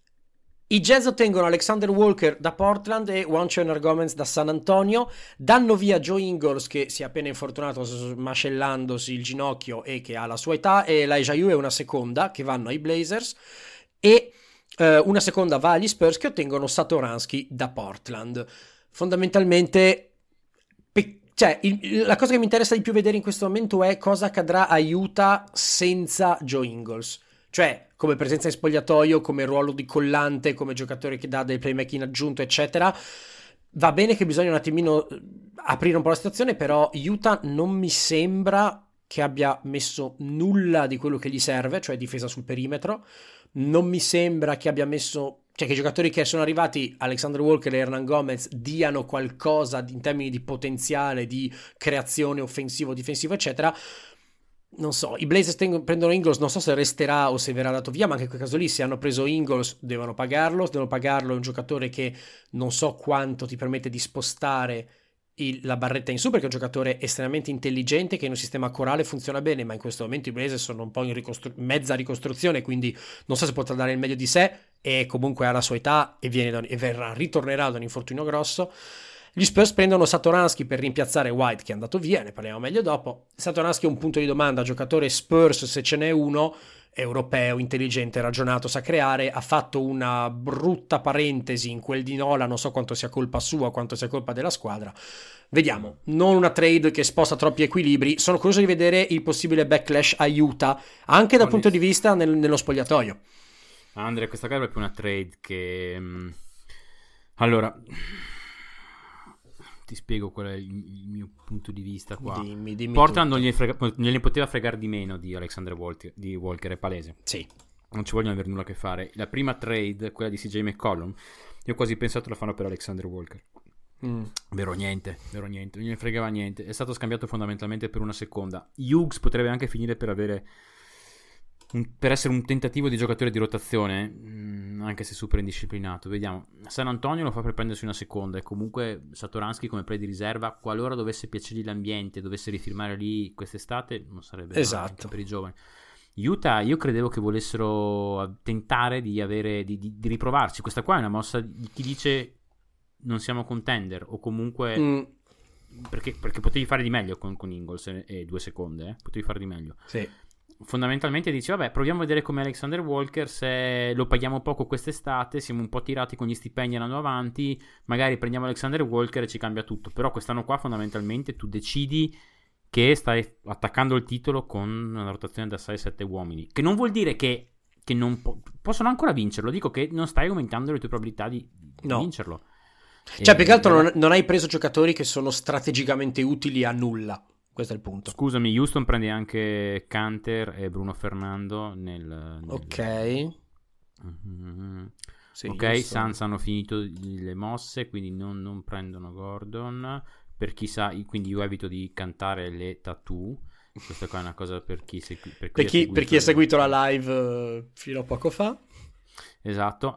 i Jazz ottengono Alexander Walker da Portland e Juancho Hernangomez da San Antonio, danno via Joe Ingles che si è appena infortunato smascellandosi il ginocchio e che ha la sua età, e Elijah Yu e una seconda che vanno ai Blazers, e eh, una seconda va agli Spurs che ottengono Satoransky da Portland. Fondamentalmente, pe- cioè, il- la cosa che mi interessa di più vedere in questo momento è cosa accadrà a Utah senza Joe Ingles. Cioè, come presenza in spogliatoio, come ruolo di collante, come giocatore che dà del playmaking aggiunto, eccetera. Va bene che bisogna un attimino eh, aprire un po' la situazione, però Utah non mi sembra che abbia messo nulla di quello che gli serve, cioè difesa sul perimetro. Non mi sembra che abbia messo, cioè che i giocatori che sono arrivati, Alexander Walker e Hernangomez, diano qualcosa in termini di potenziale, di creazione offensivo, difensivo, eccetera. Non so, i Blazers tengono, prendono Ingles, non so se resterà o se verrà dato via, ma anche in quel caso lì, se hanno preso Ingles devono pagarlo, devono pagarlo, è un giocatore che non so quanto ti permette di spostare il- la barretta in su, perché è un giocatore estremamente intelligente che in un sistema corale funziona bene, ma in questo momento i Blazers sono un po' in ricostru- mezza ricostruzione, quindi non so se potrà dare il meglio di sé, e comunque ha la sua età e, viene da- e verrà, ritornerà da un infortunio grosso. Gli Spurs prendono Satoransky per rimpiazzare White che è andato via, ne parliamo meglio dopo. Satoransky è un punto di domanda, giocatore Spurs se ce n'è uno, europeo, intelligente, ragionato, sa creare, ha fatto una brutta parentesi in quel di Nola, non so quanto sia colpa sua, quanto sia colpa della squadra. Vediamo, non una trade che sposta troppi equilibri, sono curioso di vedere il possibile backlash a Utah, anche dal punto di vista nel- nello spogliatoio. Andrea, questa qua è proprio una trade che... mh, Allora... Ti spiego qual è il, il mio punto di vista qua. Dimmi, dimmi Portland tutto. non gliene, frega- non gliene poteva fregare di meno di Alexander Walker, di Walker, è palese. Sì. Non ci vogliono avere nulla a che fare. La prima trade, quella di C J McCollum, io ho quasi pensato la fanno per Alexander Walker. Mm. Vero niente, vero niente, non gliene fregava niente. È stato scambiato fondamentalmente per una seconda. Hughes potrebbe anche finire per avere un- per essere un tentativo di giocatore di rotazione, mh, anche se super indisciplinato. Vediamo. San Antonio lo fa per prendersi una seconda, e comunque Satoransky come play di riserva, qualora dovesse piacergli l'ambiente, dovesse rifirmare lì quest'estate, non sarebbe male Esatto. anche per i giovani. Utah, io credevo che volessero tentare di avere di, di- di riprovarci. Questa qua è una mossa di chi dice non siamo contender, o comunque Mm. perché, perché potevi fare di meglio con, con Ingles e, e due seconde, eh? Potevi fare di meglio. Sì. Fondamentalmente dici vabbè, proviamo a vedere come Alexander Walker, se lo paghiamo poco quest'estate, siamo un po' tirati con gli stipendi l'anno avanti, magari prendiamo Alexander Walker e ci cambia tutto. Però quest'anno qua fondamentalmente tu decidi che stai attaccando il titolo con una rotazione da sei sette uomini, che non vuol dire che, che non po- possono ancora vincerlo, dico che non stai aumentando le tue probabilità di, di No. vincerlo. Cioè, E- più che altro non, non hai preso giocatori che sono strategicamente utili a nulla. Questo è il punto. Scusami, Houston prende anche Canter e Bruno Fernando nel... nel... Ok. Mm-hmm. Sì, ok, Houston. Suns hanno finito le mosse, quindi non, non prendono Gordon. Per chi sa, quindi io evito di cantare le tattoo. Questa qua è una cosa per chi, segui, per chi, Per chi, ha, per chi ha seguito la live uh, fino a poco fa. Esatto.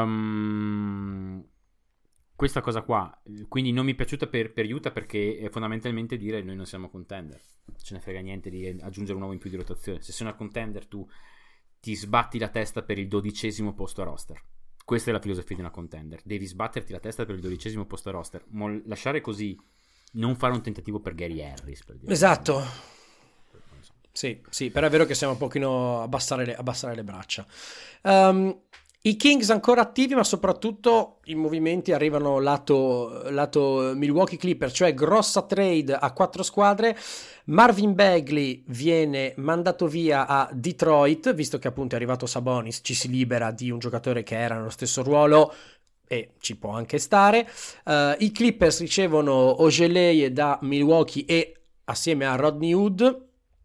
Um, questa cosa qua, quindi non mi è piaciuta per, per Utah, perché è fondamentalmente dire noi non siamo contender. Ce ne frega niente di aggiungere un uomo in più di rotazione. Se sei una contender tu ti sbatti la testa per il dodicesimo posto a roster. Questa è la filosofia di una contender. Devi sbatterti la testa per il dodicesimo posto a roster. Mo- lasciare così, non fare un tentativo per Gary Harris, per dire. Esatto. Sì, sì, però è vero che siamo un pochino abbassare le, abbassare le braccia. Um, I Kings ancora attivi, ma soprattutto i movimenti arrivano lato, lato Milwaukee Clippers, cioè grossa trade a quattro squadre. Marvin Bagley viene mandato via a Detroit, visto che appunto è arrivato Sabonis, ci si libera di un giocatore che era nello stesso ruolo e ci può anche stare. Uh, I Clippers ricevono Ojeleye da Milwaukee e assieme a Rodney Hood.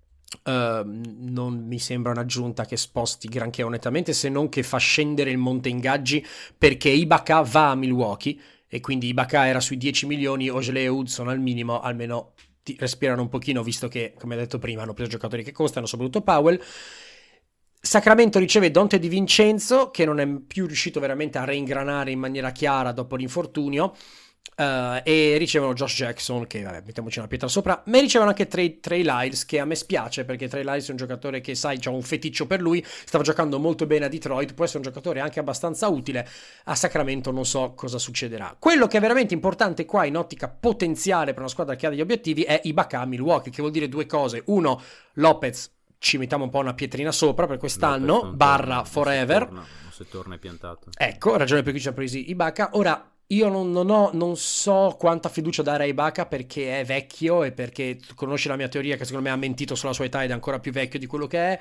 Uh, non mi sembra un'aggiunta che sposti granché onestamente, se non che fa scendere il monte ingaggi, perché Ibaka va a Milwaukee e quindi Ibaka era sui dieci milioni, Ojeleye e Hood sono al minimo, almeno ti respirano un pochino, visto che, come detto prima, hanno preso giocatori che costano, soprattutto Powell. Sacramento riceve Dante Di Vincenzo, che non è più riuscito veramente a reingranare in maniera chiara dopo l'infortunio. Uh, e ricevono Josh Jackson, che vabbè, mettiamoci una pietra sopra, ma ricevono anche Trey, Trey Lyles, che a me spiace perché Trey Lyles è un giocatore che, sai, c'ha un feticcio per lui, stava giocando molto bene a Detroit, può essere un giocatore anche abbastanza utile. A Sacramento non so cosa succederà. Quello che è veramente importante qua in ottica potenziale per una squadra che ha degli obiettivi è Ibaka a Milwaukee, che vuol dire due cose: uno, Lopez ci mettiamo un po' una pietrina sopra per quest'anno, barra torna, forever, se torna, se torna è piantato. Ecco, ragione per cui ci ha presi Ibaka. Ora io non, non, ho, non so quanta fiducia dare a Ibaka, perché è vecchio e perché tu conosci la mia teoria che secondo me ha mentito sulla sua età ed è ancora più vecchio di quello che è,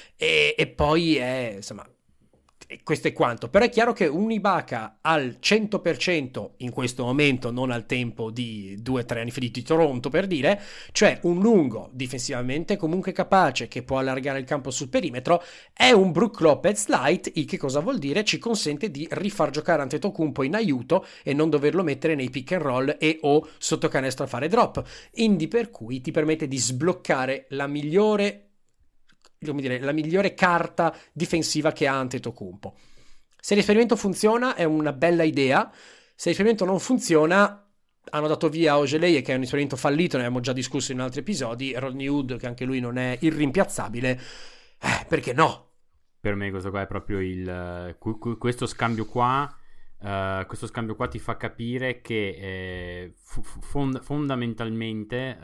e, e poi è, insomma, questo è quanto. Però è chiaro che un Ibaka al cento per cento in questo momento, non al tempo di due o tre anni fa di Toronto, per dire, cioè un lungo difensivamente comunque capace, che può allargare il campo sul perimetro, è un Brook Lopez light, il che cosa vuol dire? Ci consente di rifar giocare Antetokounmpo in aiuto e non doverlo mettere nei pick and roll e o sotto canestro a fare drop, indi per cui ti permette di sbloccare la migliore come dire, la migliore carta difensiva che ha Antetokounmpo. Se l'esperimento funziona è una bella idea, se l'esperimento non funziona, hanno dato via Ojeleye, che è un esperimento fallito, ne abbiamo già discusso in altri episodi, Rodney Hood, che anche lui non è irrimpiazzabile, eh, perché no? Per me questo qua è proprio il questo scambio qua Uh, questo scambio qua ti fa capire che eh, fond- fondamentalmente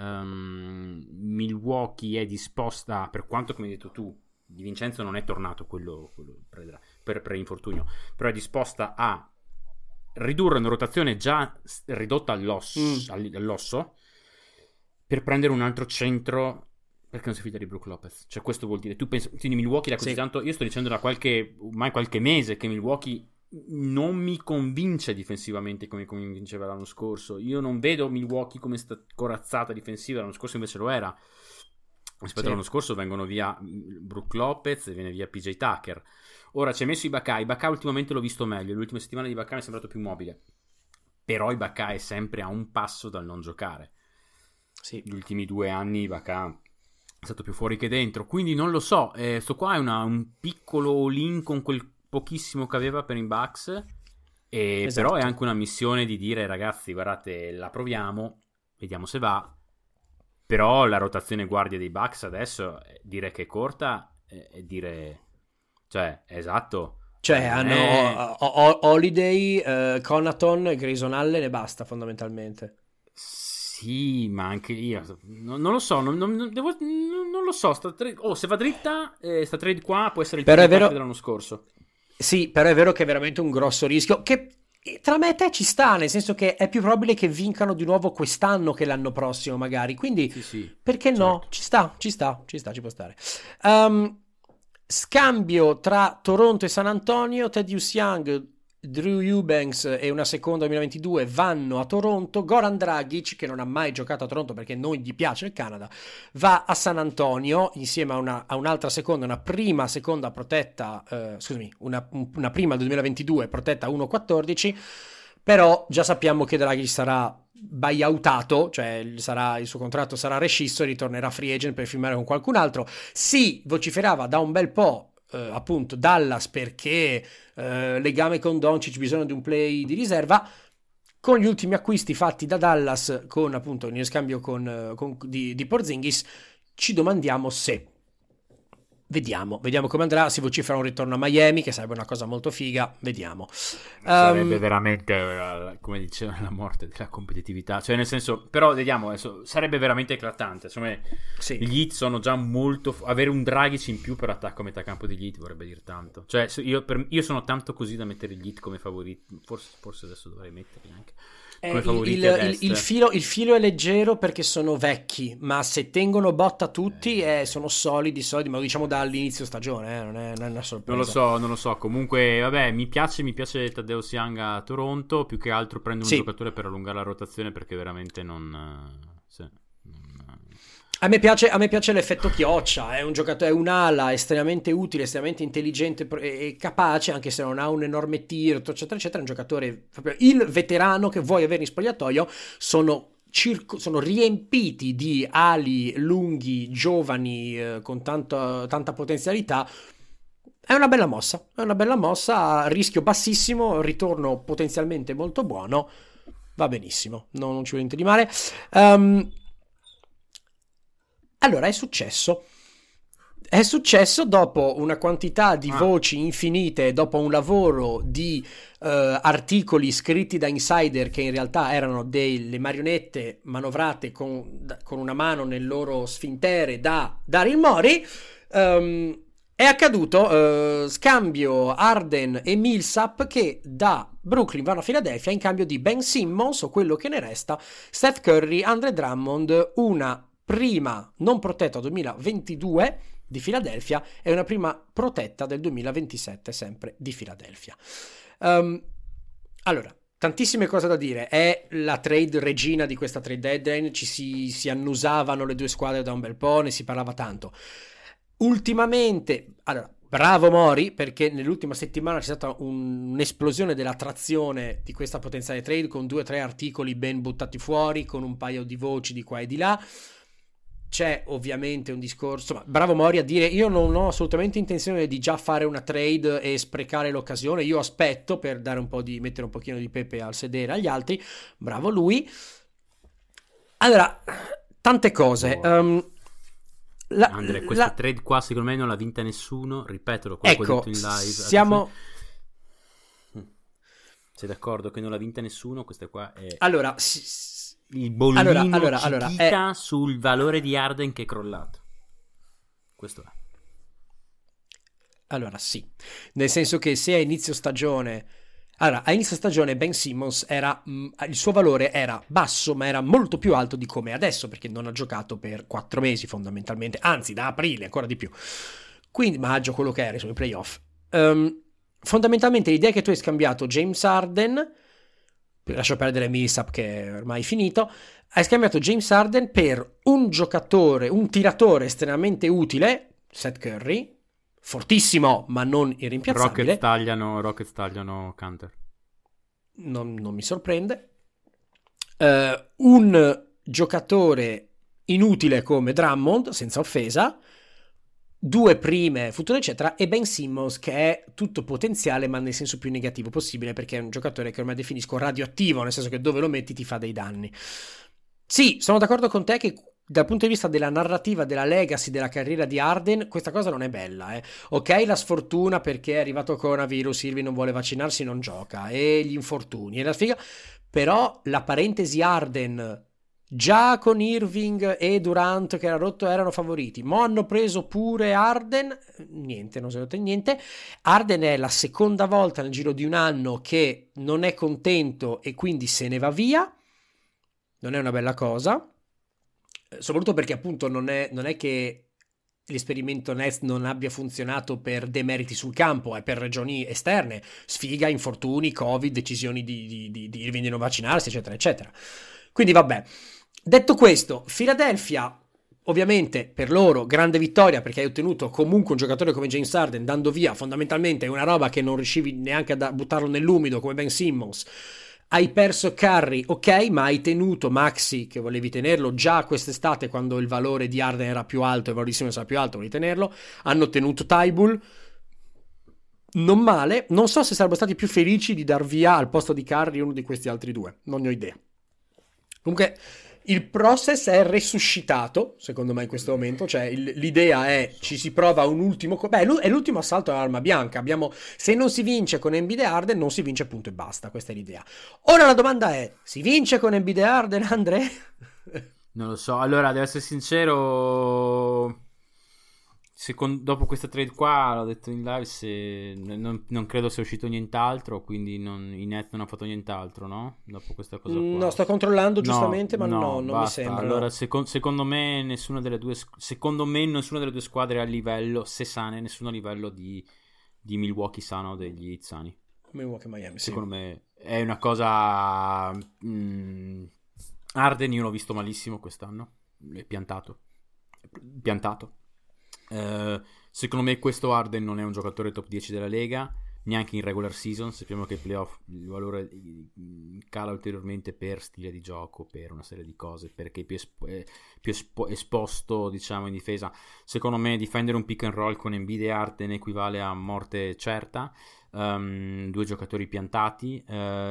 um, Milwaukee è disposta, per quanto, come hai detto tu, Di Vincenzo non è tornato quello, quello per, per, per infortunio, però è disposta a ridurre una rotazione già ridotta all'osso, mm. all'osso per prendere un altro centro, perché non si fida di Brook Lopez. Cioè questo vuol dire, tu pensi, quindi Milwaukee da così sì. tanto, io sto dicendo da qualche ormai qualche mese che Milwaukee non mi convince difensivamente come convinceva l'anno scorso. Io non vedo Milwaukee come sta corazzata difensiva, l'anno scorso invece lo era. Rispetto sì. all'anno scorso vengono via Brook Lopez e viene via P J Tucker. Ora ci hai messo Ibaka. Ibaka ultimamente l'ho visto meglio, le ultime settimane di Ibaka mi è sembrato più mobile, però Ibaka è sempre a un passo dal non giocare. Sì. Gli ultimi due anni Ibaka è stato più fuori che dentro, quindi non lo so. Eh, sto qua è una, un piccolo all-in con quel pochissimo che aveva per i Bucks, e esatto. però è anche una missione di dire ragazzi guardate, la proviamo, vediamo se va, però la rotazione guardia dei Bucks adesso dire che è corta è dire, cioè esatto, cioè hanno è... Holiday, uh, Connaughton, Grayson Allen e basta fondamentalmente. Sì, ma anche io non, non lo so, non, non, devo, non, non lo so sta trade, oh, se va dritta eh, sta trade qua può essere il però è vero... dell'anno scorso. Sì, però è vero che è veramente un grosso rischio, che tra me e te ci sta, nel senso che è più probabile che vincano di nuovo quest'anno che l'anno prossimo magari, quindi sì, sì, perché certo. no? Ci sta, ci sta, ci sta, ci può stare. Um, scambio tra Toronto e San Antonio, Thaddeus Young Drew Eubanks e una seconda duemilaventidue vanno a Toronto. Goran Dragic, che non ha mai giocato a Toronto perché non gli piace il Canada, va a San Antonio insieme a, una, a un'altra seconda, una prima seconda protetta, eh, scusami, una, una prima del duemilaventidue protetta uno quattordici, però già sappiamo che Dragic sarà buyoutato, cioè sarà, il suo contratto sarà rescisso e ritornerà free agent per firmare con qualcun altro. Si vociferava da un bel po' Uh, appunto Dallas perché uh, legame con Doncic, bisogno di un play di riserva. Con gli ultimi acquisti fatti da Dallas, con appunto in scambio con, uh, con, di, di Porzingis, ci domandiamo se vediamo, vediamo come andrà. Si vocifera un ritorno a Miami, che sarebbe una cosa molto figa, vediamo. Sarebbe um, veramente, come diceva, la morte della competitività, cioè nel senso, però vediamo adesso, sarebbe veramente eclatante. Insomma, sì. Gli Heat sono già molto, avere un Dragic in più per attacco a metà campo degli Heat vorrebbe dire tanto, cioè io, per, io sono tanto così da mettere gli Heat come favoriti, forse, forse adesso dovrei metterli anche Eh, il, il, il, il, filo, il filo è leggero perché sono vecchi, ma se tengono botta tutti eh, sono solidi, solidi, ma lo diciamo dall'inizio stagione, eh, non, è, non è una sorpresa. Non lo so, non lo so. Comunque, vabbè, mi piace, mi piace Tadeusz Young a Toronto. Più che altro prendo un sì. giocatore per allungare la rotazione perché veramente non. Sì, non... A me piace, a me piace l'effetto Chioccia, è un giocatore, è un'ala estremamente utile, estremamente intelligente e capace, anche se non ha un enorme tiro, eccetera, eccetera. È un giocatore, il veterano che vuoi avere in spogliatoio. Sono Circo, sono riempiti di ali lunghi, giovani, eh, con tanto, tanta potenzialità. È una bella mossa, è una bella mossa, rischio bassissimo, ritorno potenzialmente molto buono, va benissimo, no, non ci vuole niente di male. Um, allora, è successo. È successo dopo una quantità di ah. voci infinite, dopo un lavoro di uh, articoli scritti da insider che in realtà erano delle marionette manovrate con, con una mano nel loro sfintere da Daryl Morey. Um, è accaduto uh, scambio Harden e Millsap che da Brooklyn vanno a Philadelphia in cambio di Ben Simmons, o quello che ne resta, Steph Curry, Andre Drummond, una prima non protetta duemilaventidue di Philadelphia e una prima protetta del duemilaventisette sempre di Philadelphia. Um, allora, tantissime cose da dire. È la trade regina di questa trade deadline, ci si, si annusavano le due squadre da un bel po', ne si parlava tanto. Ultimamente, allora, bravo Mori, perché nell'ultima settimana c'è stata un, un'esplosione dell'attrazione di questa potenziale trade, con due o tre articoli ben buttati fuori, con un paio di voci di qua e di là. C'è ovviamente un discorso, ma bravo Mori a dire: io non ho assolutamente intenzione di già fare una trade e sprecare l'occasione, io aspetto per dare un po' di mettere un pochino di pepe al sedere agli altri. Bravo lui. Allora, tante cose. um, la, Andre, questa la... trade qua secondo me non l'ha vinta nessuno, ripetelo quello ecco, che ho detto in live. Siamo... sei d'accordo che non l'ha vinta nessuno? Questa qua è... Allora, s- il bollino allora, allora, ci allora, chita è... sul valore di Harden che è crollato. Questo è. Allora, sì. Nel senso che se a inizio stagione... Allora, a inizio stagione Ben Simmons era... Mh, il suo valore era basso, ma era molto più alto di come è adesso, perché non ha giocato per quattro mesi fondamentalmente, anzi da aprile ancora di più. Quindi maggio, quello che era, sono i playoff. Um, fondamentalmente l'idea è che tu hai scambiato James Harden... lascio perdere Millsap che è ormai finito, hai scambiato James Harden per un giocatore, un tiratore estremamente utile, Seth Curry, fortissimo ma non irrimpiazzabile. Rockets tagliano, Rockets tagliano Canter. Non, non mi sorprende. Uh, un giocatore inutile come Drummond, senza offesa, due prime future eccetera, e Ben Simmons che è tutto potenziale ma nel senso più negativo possibile, perché è un giocatore che ormai definisco radioattivo, nel senso che dove lo metti ti fa dei danni. Sì, sono d'accordo con te che dal punto di vista della narrativa, della legacy, della carriera di Harden, questa cosa non è bella, eh. Ok, la sfortuna perché è arrivato il coronavirus, Irving non vuole vaccinarsi, non gioca, e gli infortuni e la sfiga, però la parentesi Harden già con Irving e Durant che era rotto erano favoriti, ma hanno preso pure Harden, niente, non si è detto niente. Harden è la seconda volta nel giro di un anno che non è contento e quindi se ne va via, non è una bella cosa, soprattutto perché appunto non è, non è che l'esperimento Nets non abbia funzionato per demeriti sul campo, è per ragioni esterne, sfiga, infortuni, covid, decisioni di, di, di, di Irving di non vaccinarsi, eccetera, eccetera. Quindi vabbè. Detto questo, Philadelphia, ovviamente per loro grande vittoria, perché hai ottenuto comunque un giocatore come James Harden dando via fondamentalmente una roba che non riuscivi neanche a buttarlo nell'umido come Ben Simmons. Hai perso Curry, ok, ma hai tenuto Maxi, che volevi tenerlo già quest'estate quando il valore di Harden era più alto e il valore di Simmons era più alto, volevi tenerlo. Hanno tenuto Thybulle, non male. Non so se sarebbero stati più felici di dar via al posto di Curry uno di questi altri due, non ne ho idea. Comunque il process è resuscitato, secondo me in questo momento, cioè il, l'idea è ci si prova un ultimo, co- beh è l'ultimo assalto all'arma bianca, abbiamo, se non si vince con Embiid e Harden non si vince punto e basta, questa è l'idea. Ora la domanda è, si vince con Embiid e Harden, Andre? Non lo so, allora devo essere sincero, secondo, dopo questa trade qua l'ho detto in live, se, non, non credo sia uscito nient'altro, quindi non, i Net non ha fatto nient'altro, no? Dopo questa cosa qua. No, sto controllando giustamente, no, ma no, no non basta. mi sembra. Allora, seco- secondo me nessuna delle due secondo me nessuna delle due squadre è a livello, se sane, nessuno a livello di, di Milwaukee sano o degli Heat sani. Milwaukee Miami, sì. Secondo me è una cosa mh, Harden io l'ho visto malissimo quest'anno, è piantato. Piantato. Uh, secondo me questo Harden non è un giocatore top dieci della Lega neanche in regular season. Sappiamo che i playoff il valore cala ulteriormente per stile di gioco, per una serie di cose, perché è più, espo- è più espo- esposto diciamo in difesa. Secondo me difendere un pick and roll con Embiid e Harden equivale a morte certa. Um, due giocatori piantati.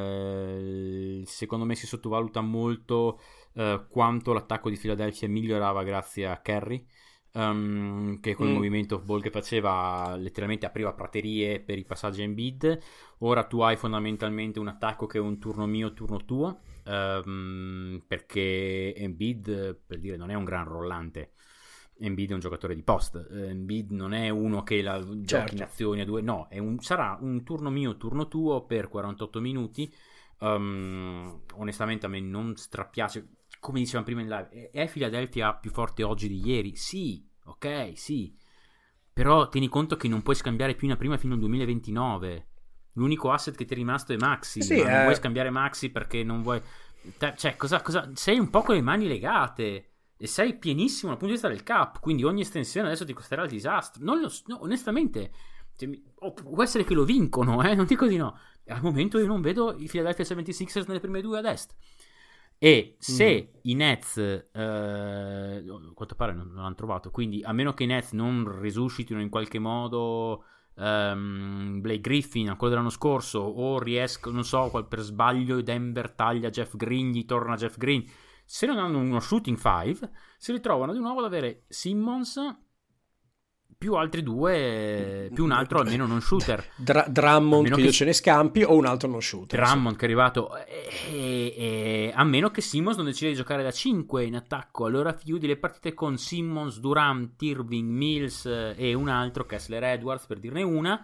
Uh, secondo me si sottovaluta molto uh, quanto l'attacco di Philadelphia migliorava grazie a Curry. Um, che con mm. il movimento off ball che faceva letteralmente apriva praterie per i passaggi a Embiid. Ora tu hai fondamentalmente un attacco che è un turno mio, turno tuo, um, perché Embiid, per dire, non è un gran rollante. Embiid è un giocatore di post. Embiid non è uno che la gioca certo. in azioni a due, no, è un, sarà un turno mio, turno tuo per quarantotto minuti. Um, onestamente a me non strapiace. Come dicevamo prima in live, è Philadelphia più forte oggi di ieri? Sì, ok, sì. Però tieni conto che non puoi scambiare più una prima fino al duemilaventinove. L'unico asset che ti è rimasto è Maxi. Sì, ma eh... non vuoi scambiare Maxi perché non vuoi... Cioè, cosa, cosa... sei un po' con le mani legate e sei pienissimo dal punto di vista del cap. Quindi ogni estensione adesso ti costerà il disastro. Non lo... no, onestamente, cioè, oh, può essere che lo vincono, eh? Non dico di no. Al momento io non vedo i Philadelphia seventy-sixers nelle prime due ad est. E se mm. i Nets eh, a quanto pare non, non hanno trovato, quindi a meno che i Nets non risuscitino in qualche modo um, Blake Griffin a quello dell'anno scorso, o riesco, non so, per sbaglio Denver taglia Jeff Green, gli torna Jeff Green, se non hanno uno shooting five si ritrovano di nuovo ad avere Simmons più altri due, più un altro almeno non shooter. Dra- Drummond che, che ce ne scampi o un altro non shooter. Drummond sì. che è arrivato e, e, a meno che Simmons non decide di giocare da cinque in attacco, allora chiudi le partite con Simmons, Durant, Irving, Mills e un altro Kessler Edwards, per dirne una,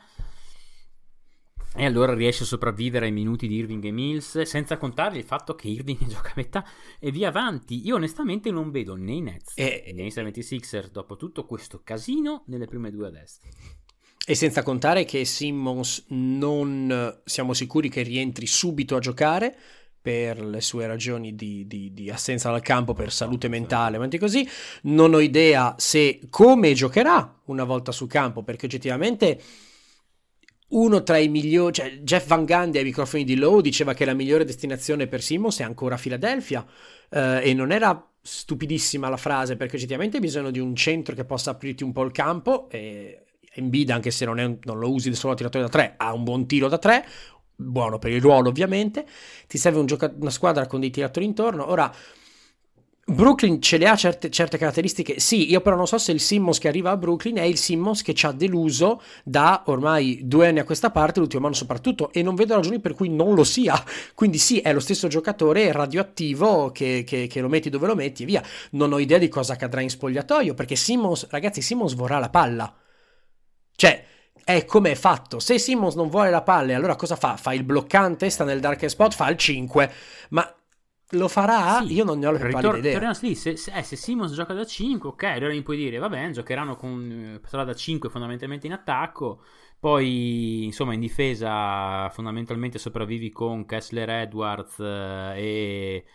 e allora riesce a sopravvivere ai minuti di Irving e Mills, senza contare il fatto che Irving gioca a metà e via avanti. Io onestamente non vedo né i Nets e, né i seventy-sixers dopo tutto questo casino nelle prime due ad est. E senza contare che Simmons non siamo sicuri che rientri subito a giocare per le sue ragioni di, di, di assenza dal campo, per salute mentale, avanti così. Non ho idea se come giocherà una volta sul campo, perché oggettivamente uno tra i migliori, cioè Jeff Van Gundy ai microfoni di Lowe diceva che la migliore destinazione per Simmons è ancora Philadelphia, eh, e non era stupidissima la frase, perché oggettivamente hai bisogno di un centro che possa aprirti un po' il campo, e Embiid, anche se non, è un, non lo usi solo a tiratore da tre, ha un buon tiro da tre, buono per il ruolo ovviamente. Ti serve un gioca- una squadra con dei tiratori intorno. Ora Brooklyn ce le ha certe, certe caratteristiche, sì, io però non so se il Simmons che arriva a Brooklyn è il Simmons che ci ha deluso da ormai due anni a questa parte, l'ultimo anno soprattutto, e non vedo ragioni per cui non lo sia. Quindi sì, è lo stesso giocatore radioattivo che, che, che lo metti dove lo metti e via. Non ho idea di cosa accadrà in spogliatoio, perché Simmons, ragazzi, Simmons vorrà la palla, cioè è come è fatto. Se Simmons non vuole la palla, allora cosa fa? Fa il bloccante, sta nel dark spot, fa il cinque, ma Lo farà? Sì, Io non ne ho la più pallida ritor- idea. torniamo lì, se, se, eh, se Simmons gioca da cinque, ok, allora mi puoi dire, va bene, giocheranno con, sarà da cinque fondamentalmente in attacco, poi insomma in difesa fondamentalmente sopravvivi con Kessler Edwards eh, e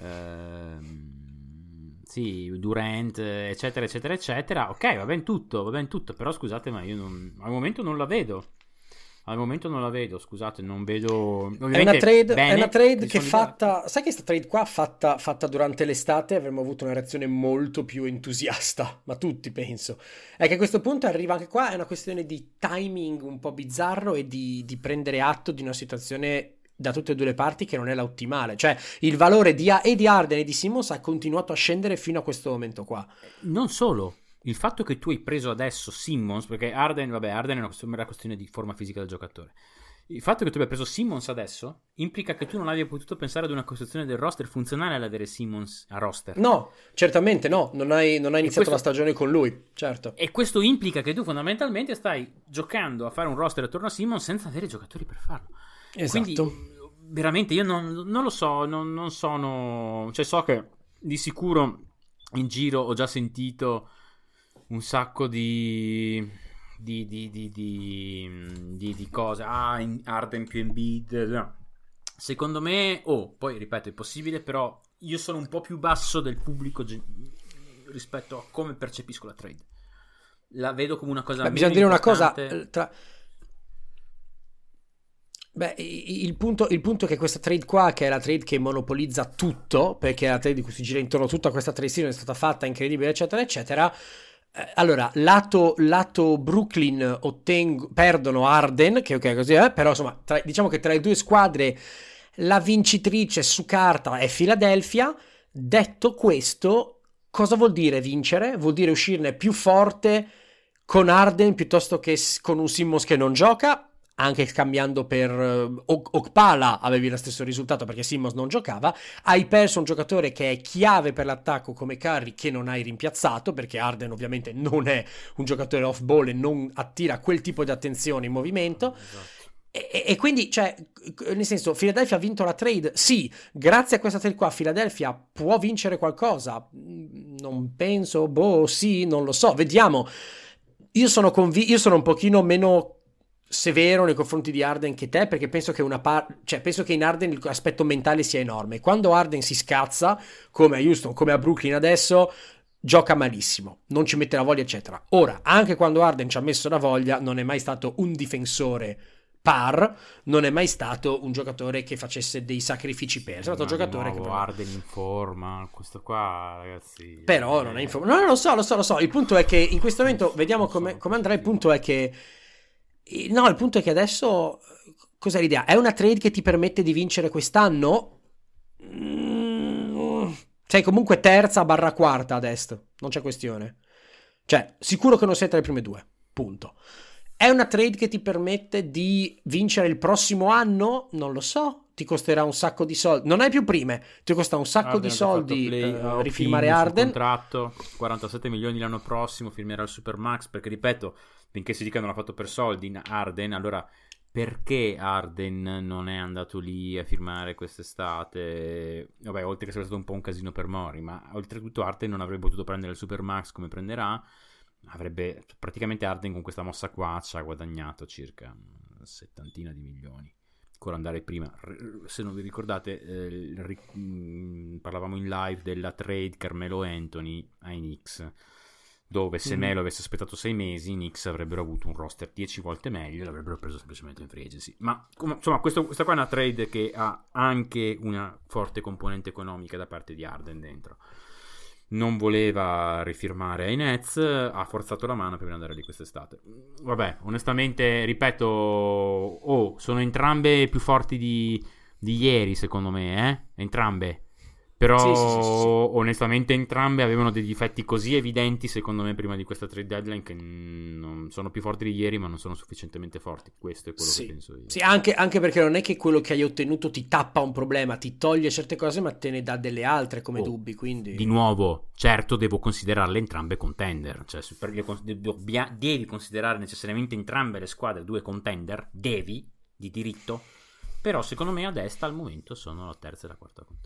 ehm, sì, Durant, eccetera, eccetera, eccetera. Ok, va bene tutto, va bene tutto, però scusate, ma io non, al momento non la vedo. Al momento non la vedo, scusate, non vedo. È una trade, bene, è una trade che sono fatta. Sai che questa trade qua fatta, fatta durante l'estate avremmo avuto una reazione molto più entusiasta, ma tutti penso. È che a questo punto arriva anche qua, è una questione di timing un po' bizzarro e di, di prendere atto di una situazione da tutte e due le parti che non è la ottimale. Cioè il valore di, e di Harden e di Simmons ha continuato a scendere fino a questo momento qua. Non solo. Il fatto che tu hai preso adesso Simmons, perché Harden, vabbè, Harden è una questione, una questione di forma fisica del giocatore. Il fatto che tu abbia preso Simmons adesso implica che tu non abbia potuto pensare ad una costruzione del roster funzionale all'avere Simmons a roster. No, certamente no, non hai, non hai iniziato questo, la stagione con lui, certo. E questo implica che tu fondamentalmente stai giocando a fare un roster attorno a Simmons senza avere giocatori per farlo. Esatto. Quindi, veramente, io non, non lo so, non, non sono... Cioè, so che di sicuro in giro ho già sentito un sacco di di di di di, di, di cose. Ah, Harden più Embiid. No. Secondo me, oh, poi ripeto, è possibile, però io sono un po' più basso del pubblico ge- rispetto a come percepisco la trade. La vedo come una cosa. Beh, bisogna dire una cosa. importante. Tra... Beh, il punto, il punto è che questa trade qua, che è la trade che monopolizza tutto, perché è la trade di cui si gira intorno tutta questa trade season, è stata fatta, incredibile, eccetera, eccetera. Allora, lato, lato Brooklyn ottengo, perdono Harden, che ok così è, però insomma tra, diciamo che tra le due squadre la vincitrice su carta è Philadelphia. Detto questo, cosa vuol dire vincere? Vuol dire uscirne più forte con Harden piuttosto che con un Simmons che non gioca. Anche cambiando per uh, Okpala avevi lo stesso risultato perché Simmons non giocava. Hai perso un giocatore che è chiave per l'attacco come Curry, che non hai rimpiazzato, perché Harden ovviamente non è un giocatore off ball e non attira quel tipo di attenzione in movimento. Esatto. E, e quindi, cioè, nel senso, Philadelphia ha vinto la trade. Sì, grazie a questa trade qua Philadelphia può vincere qualcosa. Non penso, boh, sì, non lo so, vediamo. Io sono convinto, io sono un pochino meno severo nei confronti di Harden che te, perché penso che una par- cioè penso che in Harden l'aspetto mentale sia enorme. Quando Harden si scazza, come a Houston, come a Brooklyn adesso, gioca malissimo, non ci mette la voglia, eccetera. Ora, anche quando Harden ci ha messo la voglia, non è mai stato un difensore par, non è mai stato un giocatore che facesse dei sacrifici per, è stato un giocatore nuovo, che però... Harden in forma, questo qua, ragazzi, però è... non è in forma. No, no, lo so, lo so, lo so. Il punto è che in questo momento vediamo come so, andrà. Il punto è che no, il punto è che adesso cos'è l'idea? È una trade che ti permette di vincere quest'anno? Mm, sei comunque terza barra quarta ad est, non c'è questione. Cioè, sicuro che non sei tra le prime due, punto. È una trade che ti permette di vincere il prossimo anno? Non lo so, ti costerà un sacco di soldi. Non hai più prime, ti costa un sacco Harden di soldi play, uh, uh, rifirmare Harden. Contratto, quarantasette milioni l'anno prossimo, firmerà il Supermax, perché ripeto, finché si dica non l'ha fatto per soldi in Harden, allora perché Harden non è andato lì a firmare quest'estate? Vabbè, oltre che sia stato un po' un casino per Mori, ma oltretutto Harden non avrebbe potuto prendere il Supermax come prenderà, avrebbe praticamente Harden con questa mossa qua ci ha guadagnato circa una settantina di milioni. Ancora andare prima, se non vi ricordate, eh, ric- mh, parlavamo in live della trade Carmelo Anthony ai Knicks, dove se mm. Melo avesse aspettato sei mesi i Knicks avrebbero avuto un roster dieci volte meglio e l'avrebbero preso semplicemente in free agency. Ma insomma questo, questa qua è una trade che ha anche una forte componente economica da parte di Harden dentro. Non voleva rifirmare ai Nets, ha forzato la mano per andare lì quest'estate. Vabbè, onestamente, ripeto, oh, sono entrambe più forti di, di ieri secondo me, eh? Entrambe. Però sì, sì, sì, sì. onestamente entrambe avevano dei difetti così evidenti secondo me prima di questa trade deadline che non sono più forti di ieri ma non sono sufficientemente forti. Questo è quello sì. che penso io. Sì, anche, anche perché non è che quello che hai ottenuto ti tappa un problema, ti toglie certe cose ma te ne dà delle altre come oh, dubbi, quindi... Di nuovo, certo devo considerarle entrambe contender, cioè devi considerare necessariamente entrambe le squadre due contender, devi, di diritto, però secondo me a destra al momento sono la terza e la quarta contender.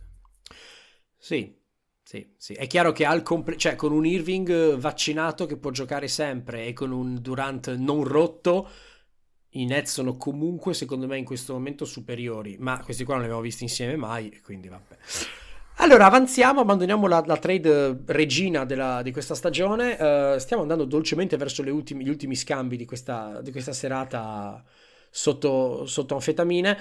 Sì, sì, sì. È chiaro che al comple- cioè, con un Irving vaccinato che può giocare sempre e con un Durant non rotto, i Nets sono comunque, secondo me, in questo momento superiori. Ma questi qua non li abbiamo visti insieme mai, quindi vabbè. Allora, avanziamo, abbandoniamo la, la trade regina della- di questa stagione. Eh, stiamo andando dolcemente verso le ultimi- gli ultimi scambi di questa, di questa serata sotto, sotto anfetamine.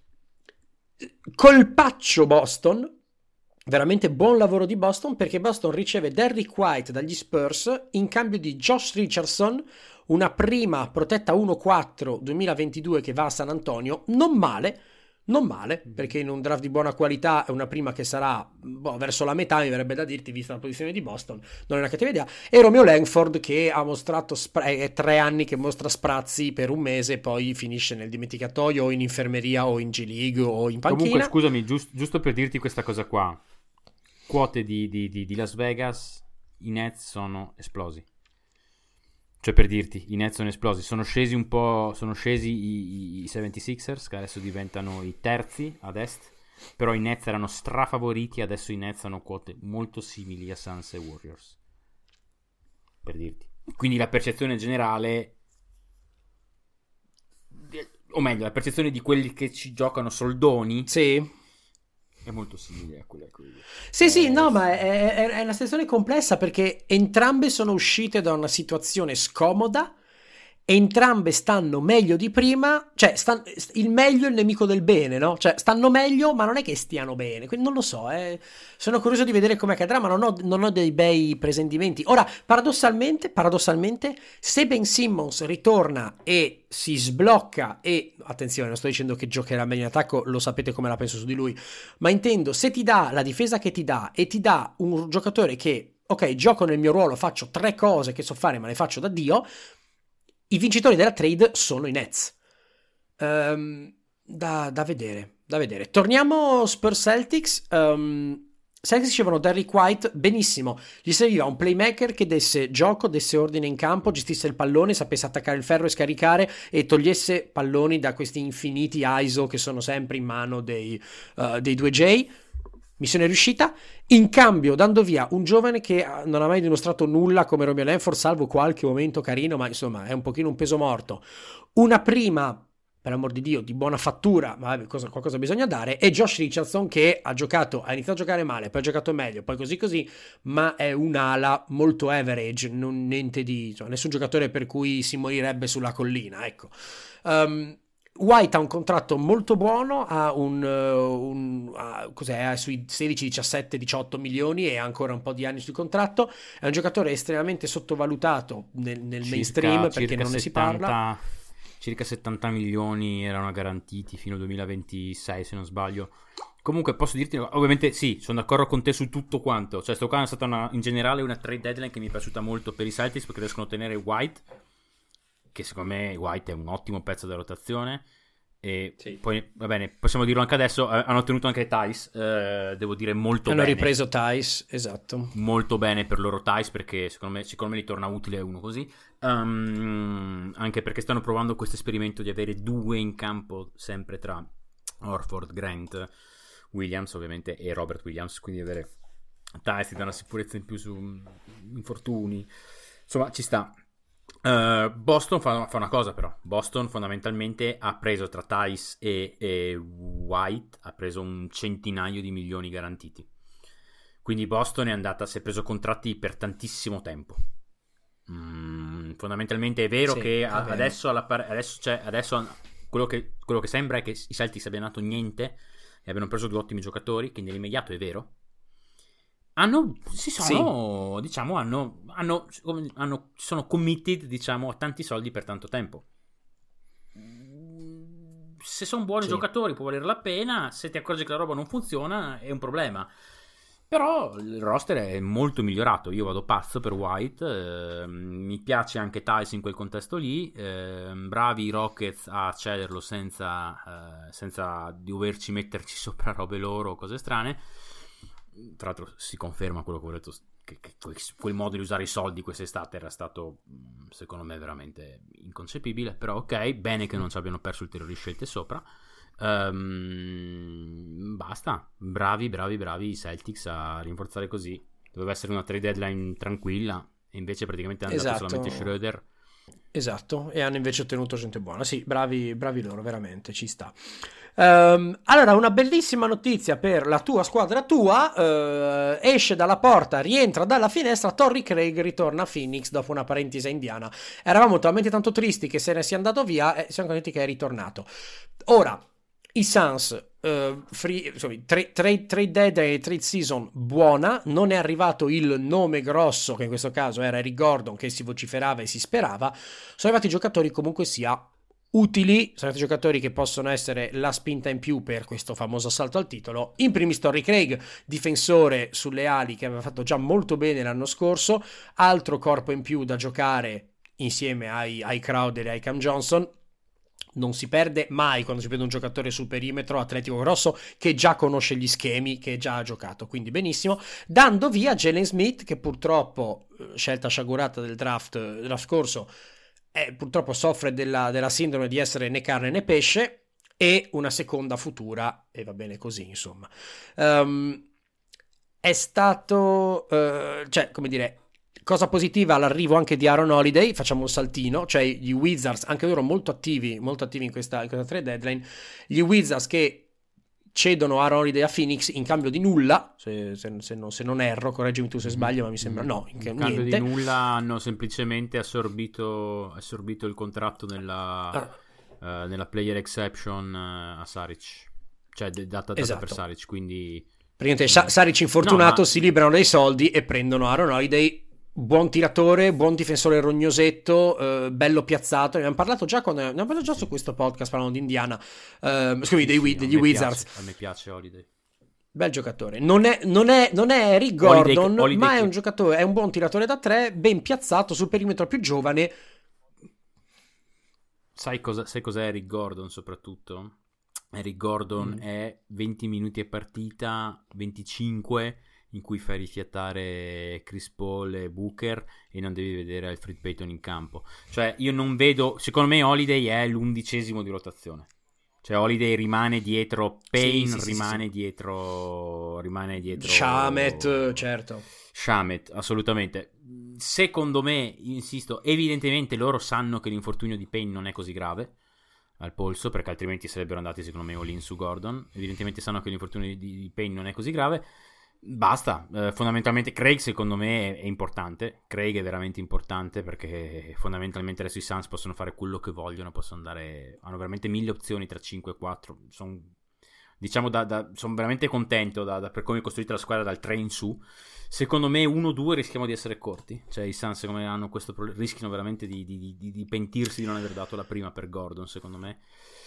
Colpaccio Boston, veramente buon lavoro di Boston, perché Boston riceve Derrick White dagli Spurs in cambio di Josh Richardson, una prima protetta uno quattro duemilaventidue che va a San Antonio. Non male, non male, perché in un draft di buona qualità è una prima che sarà boh, verso la metà, mi verrebbe da dirti, vista la posizione di Boston, non è una cattiva idea. E Romeo Langford che ha mostrato spra- è tre anni che mostra sprazzi per un mese, poi finisce nel dimenticatoio o in infermeria o in G League o in panchina. Comunque, scusami, giust- giusto per dirti questa cosa qua. Quote di, di, di, di Las Vegas, i Nets sono esplosi. Cioè, per dirti, i Nets sono esplosi. Sono scesi un po', sono scesi i, i, i settantasei ers, che adesso diventano i terzi ad est. Però i Nets erano strafavoriti, adesso i Nets hanno quote molto simili a Suns e Warriors. Per dirti. Quindi la percezione generale, o meglio, la percezione di quelli che ci giocano soldoni, Sì. è molto simile a quella qui. Sì, eh, sì, no, ma è, è, è una situazione complessa perché entrambe sono uscite da una situazione scomoda, entrambe stanno meglio di prima, cioè stan- il meglio è il nemico del bene, no? Cioè stanno meglio, ma non è che stiano bene, quindi non lo so, eh. Sono curioso di vedere come accadrà, ma non ho, non ho dei bei presentimenti. Ora, paradossalmente, paradossalmente, se Ben Simmons ritorna e si sblocca e, attenzione, non sto dicendo che giocherà meglio in attacco, lo sapete come la penso su di lui, ma intendo, se ti dà la difesa che ti dà e ti dà un giocatore che, ok, gioco nel mio ruolo, faccio tre cose che so fare, ma le faccio da Dio, i vincitori della trade sono i Nets. Um, da, da vedere, da vedere. Torniamo Spurs Celtics. Um, Celtics dicevano Derrick White, benissimo. Gli serviva un playmaker che desse gioco, desse ordine in campo, gestisse il pallone, sapesse attaccare il ferro e scaricare e togliesse palloni da questi infiniti I S O che sono sempre in mano dei, uh, dei due J. Missione riuscita, in cambio dando via un giovane che non ha mai dimostrato nulla come Romeo Langford, salvo qualche momento carino, ma insomma è un pochino un peso morto. Una prima, per amor di Dio, di buona fattura, ma cosa, qualcosa bisogna dare, e Josh Richardson che ha giocato, ha iniziato a giocare male, poi ha giocato meglio, poi così così, ma è un'ala molto average, non, niente di, insomma, nessun giocatore per cui si morirebbe sulla collina, ecco. Um, White ha un contratto molto buono, ha un, uh, un uh, cos'è, è sui sedici, diciassette, diciotto milioni e ha ancora un po' di anni sul contratto. È un giocatore estremamente sottovalutato nel, nel circa, mainstream perché circa non ne settanta, si parla. Circa settanta milioni erano garantiti fino al duemilaventisei, se non sbaglio. Comunque posso dirti, ovviamente sì, sono d'accordo con te su tutto quanto. Cioè sto qua è stata una, in generale una trade deadline che mi è piaciuta molto per i Celtics perché riescono a ottenere White, che secondo me White è un ottimo pezzo da rotazione, e sì. Poi va bene, possiamo dirlo anche adesso, eh, hanno ottenuto anche Tice, eh, devo dire molto hanno bene, hanno ripreso Tice, esatto, molto bene per loro Tice, perché secondo me, secondo me gli torna utile uno così, um, anche perché stanno provando questo esperimento di avere due in campo sempre tra Horford, Grant, Williams ovviamente e Robert Williams, quindi avere Tice ti dà una sicurezza in più su infortuni, insomma ci sta. Uh, Boston fa, fa una cosa però. Boston fondamentalmente ha preso tra Tice e, e White, ha preso un centinaio di milioni garantiti. Quindi Boston è andata, si è preso contratti per tantissimo tempo. Mm, fondamentalmente è vero sì, che a, adesso, alla, adesso, cioè, adesso quello, che, quello che sembra è che i Celtics abbiano dato niente e abbiano preso due ottimi giocatori, che nell'immediato è vero. Hanno, si sono, sì. diciamo, hanno, hanno, hanno, sono committed, diciamo, a tanti soldi per tanto tempo. Se sono buoni sì. giocatori può valere la pena, se ti accorgi che la roba non funziona è un problema. Però il roster è molto migliorato, io vado pazzo per White, eh, mi piace anche Tice in quel contesto lì, eh, bravi i Rockets a cederlo senza, eh, senza doverci metterci sopra robe loro o cose strane. Tra l'altro si conferma quello che ho detto, che, che quel modo di usare i soldi quest'estate era stato secondo me veramente inconcepibile, però ok, bene che non ci abbiano perso ulteriori scelte sopra. Um, basta, bravi, bravi, bravi i Celtics a rinforzare così. Doveva essere una trade deadline tranquilla e invece praticamente hanno Esatto. dato solamente Schroeder. Esatto, e hanno invece ottenuto gente buona. Sì, bravi, bravi loro, veramente, ci sta. Um, allora, una bellissima notizia per la tua squadra tua. Uh, esce dalla porta, rientra dalla finestra, Torrey Craig ritorna a Phoenix dopo una parentesi a Indiana. Eravamo talmente tanto tristi che se ne sia andato via e siamo contenti che è ritornato. Ora, i Suns, uh, free, insomma, trade, trade, trade deadline e trade season buona, non è arrivato il nome grosso, che in questo caso era Eric Gordon, che si vociferava e si sperava, sono arrivati giocatori comunque sia utili, sono arrivati giocatori che possono essere la spinta in più per questo famoso assalto al titolo. In primis Torrey Craig, difensore sulle ali che aveva fatto già molto bene l'anno scorso, altro corpo in più da giocare insieme ai, ai Crowder e ai Cam Johnson. Non si perde mai quando si prende un giocatore sul perimetro atletico grosso che già conosce gli schemi, che già ha giocato, quindi benissimo, dando via Jalen Smith, che purtroppo, scelta sciagurata del draft, draft scorso, eh, purtroppo soffre della, della sindrome di essere né carne né pesce, e una seconda futura, e va bene così, insomma. Um, è stato, uh, cioè, come dire, cosa positiva all'arrivo anche di Aaron Holiday, facciamo un saltino, cioè gli Wizards, anche loro molto attivi, molto attivi in questa, in questa trade deadline, gli Wizards che cedono Aaron Holiday a Phoenix in cambio di nulla, se, se, se, non, se non erro, correggimi tu se sbaglio, ma mi sembra no, in, in cambio di nulla hanno semplicemente assorbito, assorbito il contratto nella, ah. uh, nella player exception uh, a Saric, cioè data, data esatto. per Saric, quindi praticamente Sa- Saric infortunato, no, ma... si liberano dei soldi e prendono Aaron Holiday. Buon tiratore, buon difensore rognosetto, eh, bello piazzato. Ne abbiamo parlato già quando ne abbiamo parlato già su questo podcast parlando di Indiana. Eh, scusi, dei, sì, degli Wizards. Piace, a me piace Holiday. Bel giocatore. Non è, non è, non è Eric Gordon, Holiday, Holiday ma è un giocatore, è un buon tiratore da tre, ben piazzato, sul perimetro più giovane. Sai cosa, sai cos'è Eric Gordon soprattutto? Eric Gordon mm. è venti minuti a partita, venticinque in cui fai rifiatare Chris Paul e Booker e non devi vedere Elfrid Payton in campo. Cioè io non vedo, secondo me Holiday è l'undicesimo di rotazione. Cioè Holiday rimane dietro Payne, sì, sì, rimane sì, sì. dietro rimane dietro Shamet, certo. Shamet, assolutamente. Secondo me, insisto, evidentemente loro sanno che l'infortunio di Payne non è così grave al polso, perché altrimenti sarebbero andati secondo me all-in su Gordon. Evidentemente sanno che l'infortunio di, di Payne non è così grave. Basta, eh, fondamentalmente Craig secondo me è, è importante. Craig è veramente importante perché fondamentalmente adesso i Suns possono fare quello che vogliono, possono andare, hanno veramente mille opzioni tra cinque e quattro. Sono, diciamo, da, da, sono veramente contento da, da, per come è costruita la squadra dal tre in su. Secondo me uno due rischiamo di essere corti, cioè i Suns secondo me hanno questo problema, rischiano veramente di, di, di, di pentirsi di non aver dato la prima per Gordon, secondo me.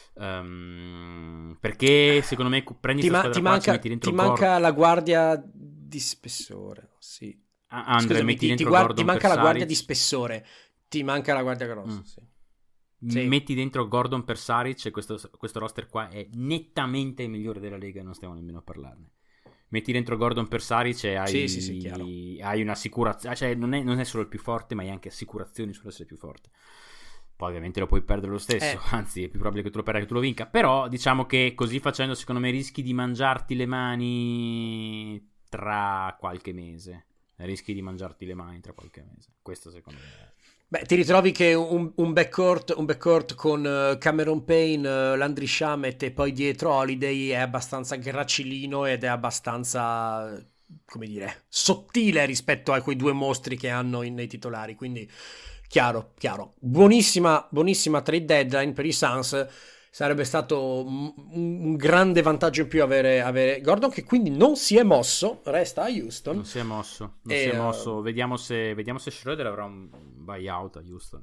Um, perché secondo me prendi ti, ma, ti manca, ti manca Gord- la guardia di spessore, sì. Ah, Andre, Scusami, metti ti, dentro ti, guard- Gordon ti manca per la guardia Saric. di spessore, ti manca la guardia grossa, mm. sì. Sì. Metti dentro Gordon per Saric e questo, questo roster qua è nettamente il migliore della Lega, non stiamo nemmeno a parlarne. Metti dentro Gordon per Saric e hai, sì, sì, sì, hai un'assicurazione, cioè non è, non è solo il più forte, ma hai anche assicurazioni sull'essere più forte. Poi ovviamente lo puoi perdere lo stesso, eh. anzi è più probabile che tu lo perda che tu lo vinca, però diciamo che così facendo secondo me rischi di mangiarti le mani tra qualche mese, rischi di mangiarti le mani tra qualche mese, questo secondo me è... Beh, ti ritrovi che un, un, backcourt, un backcourt con uh, Cameron Payne, uh, Landry Shamet e poi dietro Holiday è abbastanza gracilino ed è abbastanza, come dire, sottile rispetto a quei due mostri che hanno in, nei titolari, quindi chiaro, chiaro. Buonissima, buonissima trade deadline per i Suns. Sarebbe stato un, un grande vantaggio in più avere, avere Gordon, che quindi non si è mosso, resta a Houston. Non si è mosso, non e, si è mosso. Vediamo se, vediamo se Schroeder avrà un buyout a Houston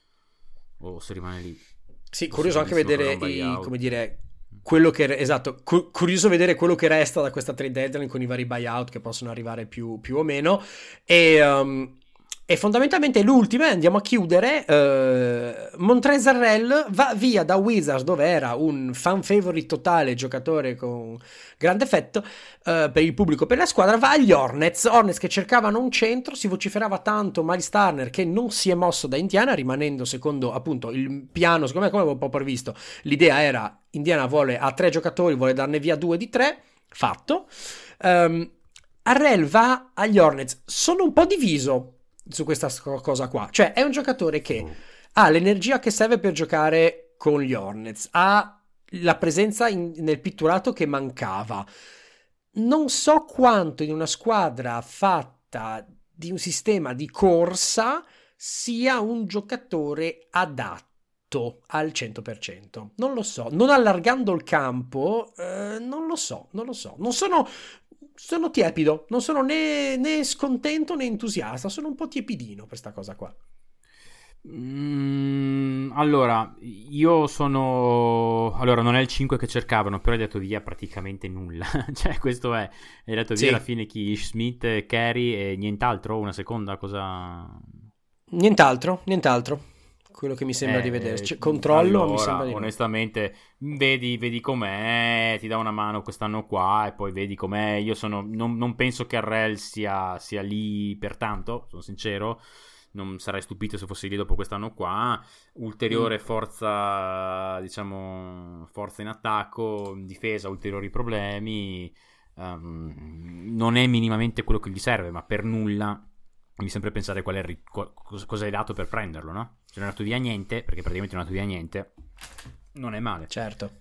o se rimane lì. Sì, curioso anche vedere i, come dire, quello che esatto, cu- curioso vedere quello che resta da questa trade deadline con i vari buyout che possono arrivare più, più o meno. E um, E fondamentalmente l'ultima, andiamo a chiudere, eh, Montrezl Harrell va via da Wizards, dove era un fan favorite totale, giocatore con grande effetto eh, per il pubblico, per la squadra, va agli Hornets, Hornets che cercavano un centro, si vociferava tanto Miles Turner che non si è mosso da Indiana, rimanendo secondo appunto il piano, secondo me come avevo un po' previsto, l'idea era Indiana vuole a tre giocatori, vuole darne via due di tre, fatto. Um, Harrell va agli Hornets, sono un po' diviso su questa cosa qua, cioè è un giocatore che ha l'energia che serve per giocare con gli Hornets, ha la presenza in, nel pitturato che mancava. Non so quanto in una squadra fatta di un sistema di corsa sia un giocatore adatto al cento per cento. Non lo so, non allargando il campo, eh, non lo so, non lo so. Non sono, sono tiepido, non sono né, né scontento né entusiasta, sono un po' tiepidino per sta cosa qua. Mm, allora, io sono... Allora, non è il cinque che cercavano, però hai dato via praticamente nulla. Cioè, questo è... Hai dato via Sì. alla fine chi? Smith, Carey e nient'altro? Una seconda cosa... Nient'altro, nient'altro. Quello che mi sembra Eh, di vedere. Cioè, controllo, allora, mi sembra di no. onestamente, vedi, vedi com'è, ti dà una mano quest'anno qua e poi vedi com'è. Io sono... Non, non penso che Harrell sia, sia lì per tanto, sono sincero. Non sarei stupito se fosse lì dopo quest'anno qua. Ulteriore mm. forza, diciamo, forza in attacco, in difesa, ulteriori problemi. Um, non è minimamente quello che gli serve, ma per nulla devi sempre pensare qual è il, cosa, cosa hai dato per prenderlo, no? Se non è andato via niente, perché praticamente non è andato via niente, non è male. Certo.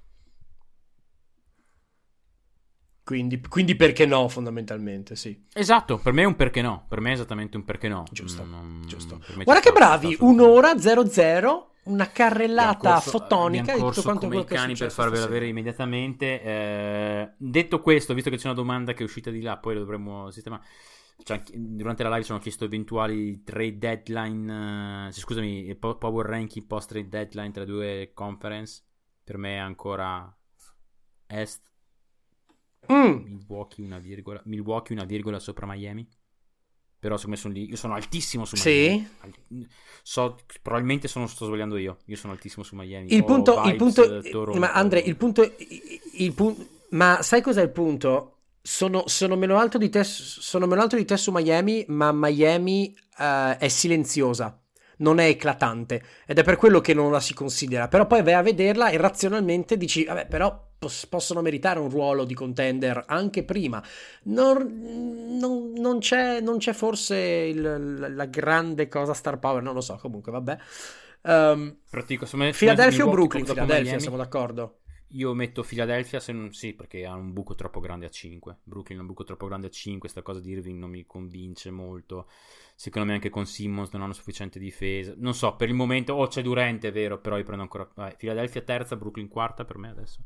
Quindi, quindi perché no, fondamentalmente, sì. Esatto, per me è un perché no. Per me è esattamente un perché no. Giusto, non, giusto. Guarda che bravi, un'ora, zero zero, una carrellata corso, fotonica di tutto quanto come quello i che è cani per successo farvela stasera. avere immediatamente. Eh, detto questo, visto che c'è una domanda che è uscita di là, poi lo dovremmo sistemare. Cioè, durante la live ci hanno chiesto eventuali trade deadline, eh, scusami, power ranking post trade deadline tra le due conference. Per me è ancora Est. Mm. Milwaukee una virgola Milwaukee una virgola sopra Miami, però secondo me sono lì, io sono altissimo su Miami. Sì. So, probabilmente sono, sto sbagliando io io sono altissimo su Miami. Il punto, vibes, il punto Toronto, ma Andre, il punto il, il punto ma sai cos'è il punto? Sono, sono meno alto di te sono meno alto di te su Miami, ma Miami uh, è silenziosa, non è eclatante, ed è per quello che non la si considera. Però poi vai a vederla e razionalmente dici vabbè, però pos- possono meritare un ruolo di contender anche prima. Non, non, non, c'è, non c'è forse il, la, la grande cosa star power, non lo so, comunque vabbè. Um, Pratico, me, Philadelphia o Milwaukee, Brooklyn? Philadelphia, Miami. siamo d'accordo. Io metto Philadelphia, se non, sì, perché ha un buco troppo grande a cinque. Brooklyn ha un buco troppo grande a cinque. Sta cosa di Irving non mi convince molto. Secondo me anche con Simmons non hanno sufficiente difesa. Non so, per il momento, oh, c'è Durant, è vero, però io prendo ancora... Vabbè, Philadelphia terza, Brooklyn quarta per me adesso.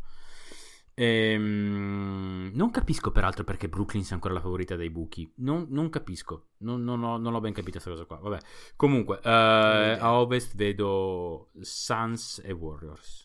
Ehm, non capisco peraltro perché Brooklyn sia ancora la favorita dei buchi. Non, non capisco. Non, non, ho, non ho ben capito questa cosa qua. Vabbè, comunque, eh, a Ovest vedo Suns e Warriors.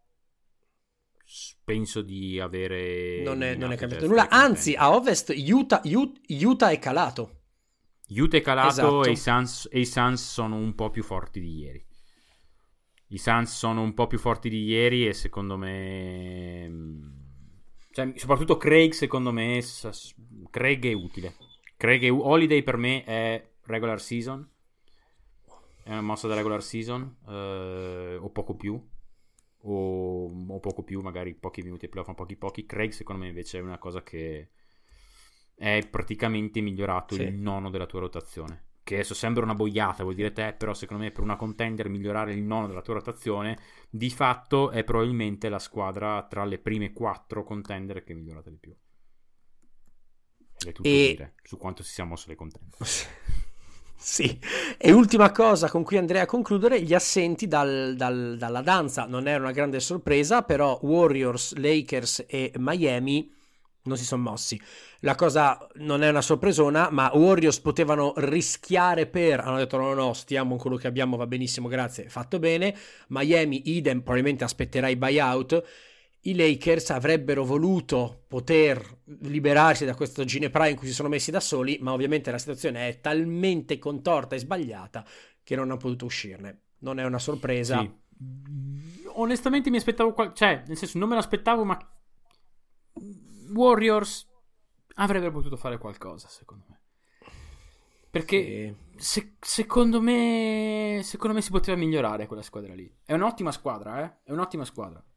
Penso di avere non è, non è cambiato Jeff nulla, anzi a Ovest Utah, Utah è calato Utah è calato, esatto. e, i Suns, e i Suns sono un po' più forti di ieri. I Suns sono un po' più forti di ieri e secondo me, cioè, soprattutto Craig, secondo me Craig è utile. Craig è, Holiday per me è regular season, è una mossa da regular season, eh, o poco più O, o poco più, magari pochi minuti e playoff, ma pochi pochi. Craig secondo me invece è una cosa che è praticamente migliorato, sì. Il nono della tua rotazione, che adesso sembra una boiata, vuol dire te, però secondo me per una contender migliorare il nono della tua rotazione di fatto è probabilmente la squadra tra le prime quattro contender che è migliorata di più. È tutto e... dire su quanto si sia mosso le contender. Sì, e ultima cosa con cui andrei a concludere, gli assenti dal, dal, dalla danza. Non è una grande sorpresa, però Warriors, Lakers e Miami non si sono mossi. La cosa non è una sorpresona, ma Warriors potevano rischiare per, hanno detto no no, stiamo con quello che abbiamo, va benissimo, grazie, fatto bene. Miami idem, probabilmente aspetterà i buyout. I Lakers avrebbero voluto poter liberarsi da questo ginepraio in cui si sono messi da soli, ma ovviamente la situazione è talmente contorta e sbagliata che non hanno potuto uscirne. Non è una sorpresa. Sì. Onestamente mi aspettavo qual- cioè, nel senso non me l'aspettavo, ma Warriors avrebbero potuto fare qualcosa, secondo me. Perché sì. se- secondo me secondo me si poteva migliorare quella squadra lì. È un'ottima squadra, eh? È un'ottima squadra.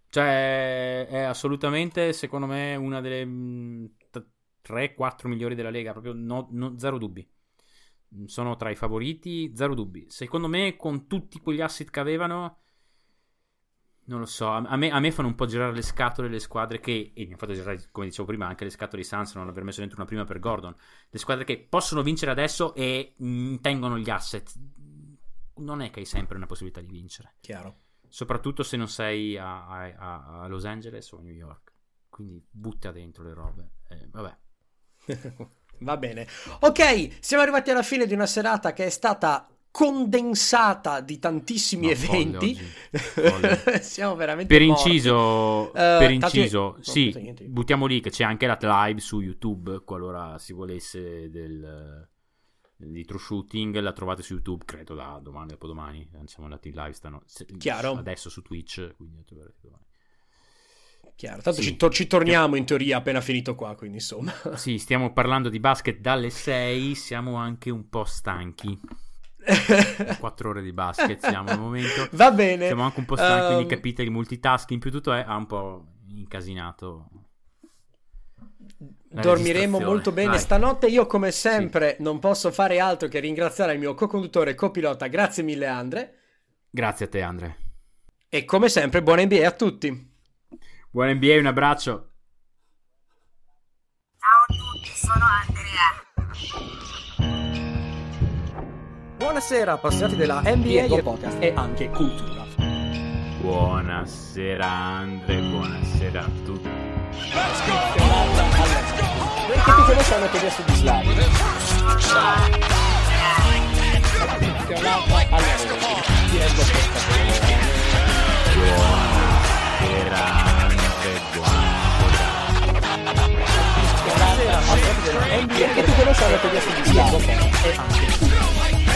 Cioè, è assolutamente, secondo me, una delle tre quattro migliori della Lega, proprio no, no, zero dubbi. Sono tra i favoriti, zero dubbi. Secondo me, con tutti quegli asset che avevano, non lo so, a me, a me fanno un po' girare le scatole le squadre che, e mi hanno fatto girare, come dicevo prima, anche le scatole di Suns non aver messo dentro una prima per Gordon, le squadre che possono vincere adesso e mh, tengono gli asset. Non è che hai sempre una possibilità di vincere. Chiaro. Soprattutto se non sei a, a, a Los Angeles o a New York. Quindi butta dentro le robe. Eh, vabbè. Va bene. Ok, siamo arrivati alla fine di una serata che è stata condensata di tantissimi no, eventi. Folle oggi. Siamo veramente per morti. inciso, uh, per inciso, sì, no, buttiamo lì che c'è anche la live su YouTube, qualora si volesse del di True Shooting, la trovate su YouTube, credo da domani, dopodomani. Siamo andati in live, stanno chiaro. Adesso su Twitch, quindi la troverete domani. Chiaro, tanto sì. ci, to- ci torniamo in teoria appena finito qua, quindi insomma. Sì, stiamo parlando di basket dalle sei, siamo anche un po' stanchi. quattro ore di basket siamo al momento. Va bene. Siamo anche un po' stanchi, um... quindi capite il multitasking più tutto è ha un po' incasinato. La Dormiremo molto bene Dai. Stanotte. Io come sempre sì. non posso fare altro che ringraziare il mio co-conduttore e copilota. Grazie mille Andre. Grazie a te Andre. E come sempre buona N B A a tutti. Buona N B A, un abbraccio. Ciao a tutti, sono Andrea. Buonasera appassionati della N B A podcast e anche cultura. Buonasera Andre, buonasera a tutti. Let's go! Let's go! Che tutti voi sanno che adesso di slide. Chiamata alla ti rendo Buonasera Andre, buonasera appassionati della N B A che tutti voi sanno che adesso di slide e anche cultura.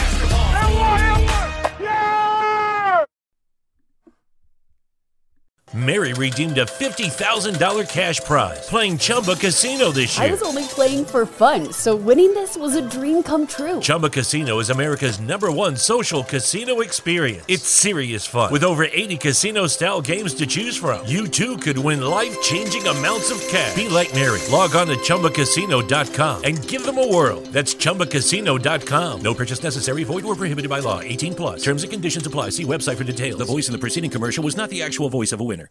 Mary redeemed a fifty thousand dollars cash prize playing Chumba Casino this year. I was only playing for fun, so winning this was a dream come true. Chumba Casino is America's number one social casino experience. It's serious fun. With over eighty casino-style games to choose from, you too could win life-changing amounts of cash. Be like Mary. Log on to Chumba Casino dot com and give them a whirl. That's Chumba Casino dot com. No purchase necessary. Void or prohibited by law. eighteen plus. Terms and conditions apply. See website for details. The voice in the preceding commercial was not the actual voice of a winner.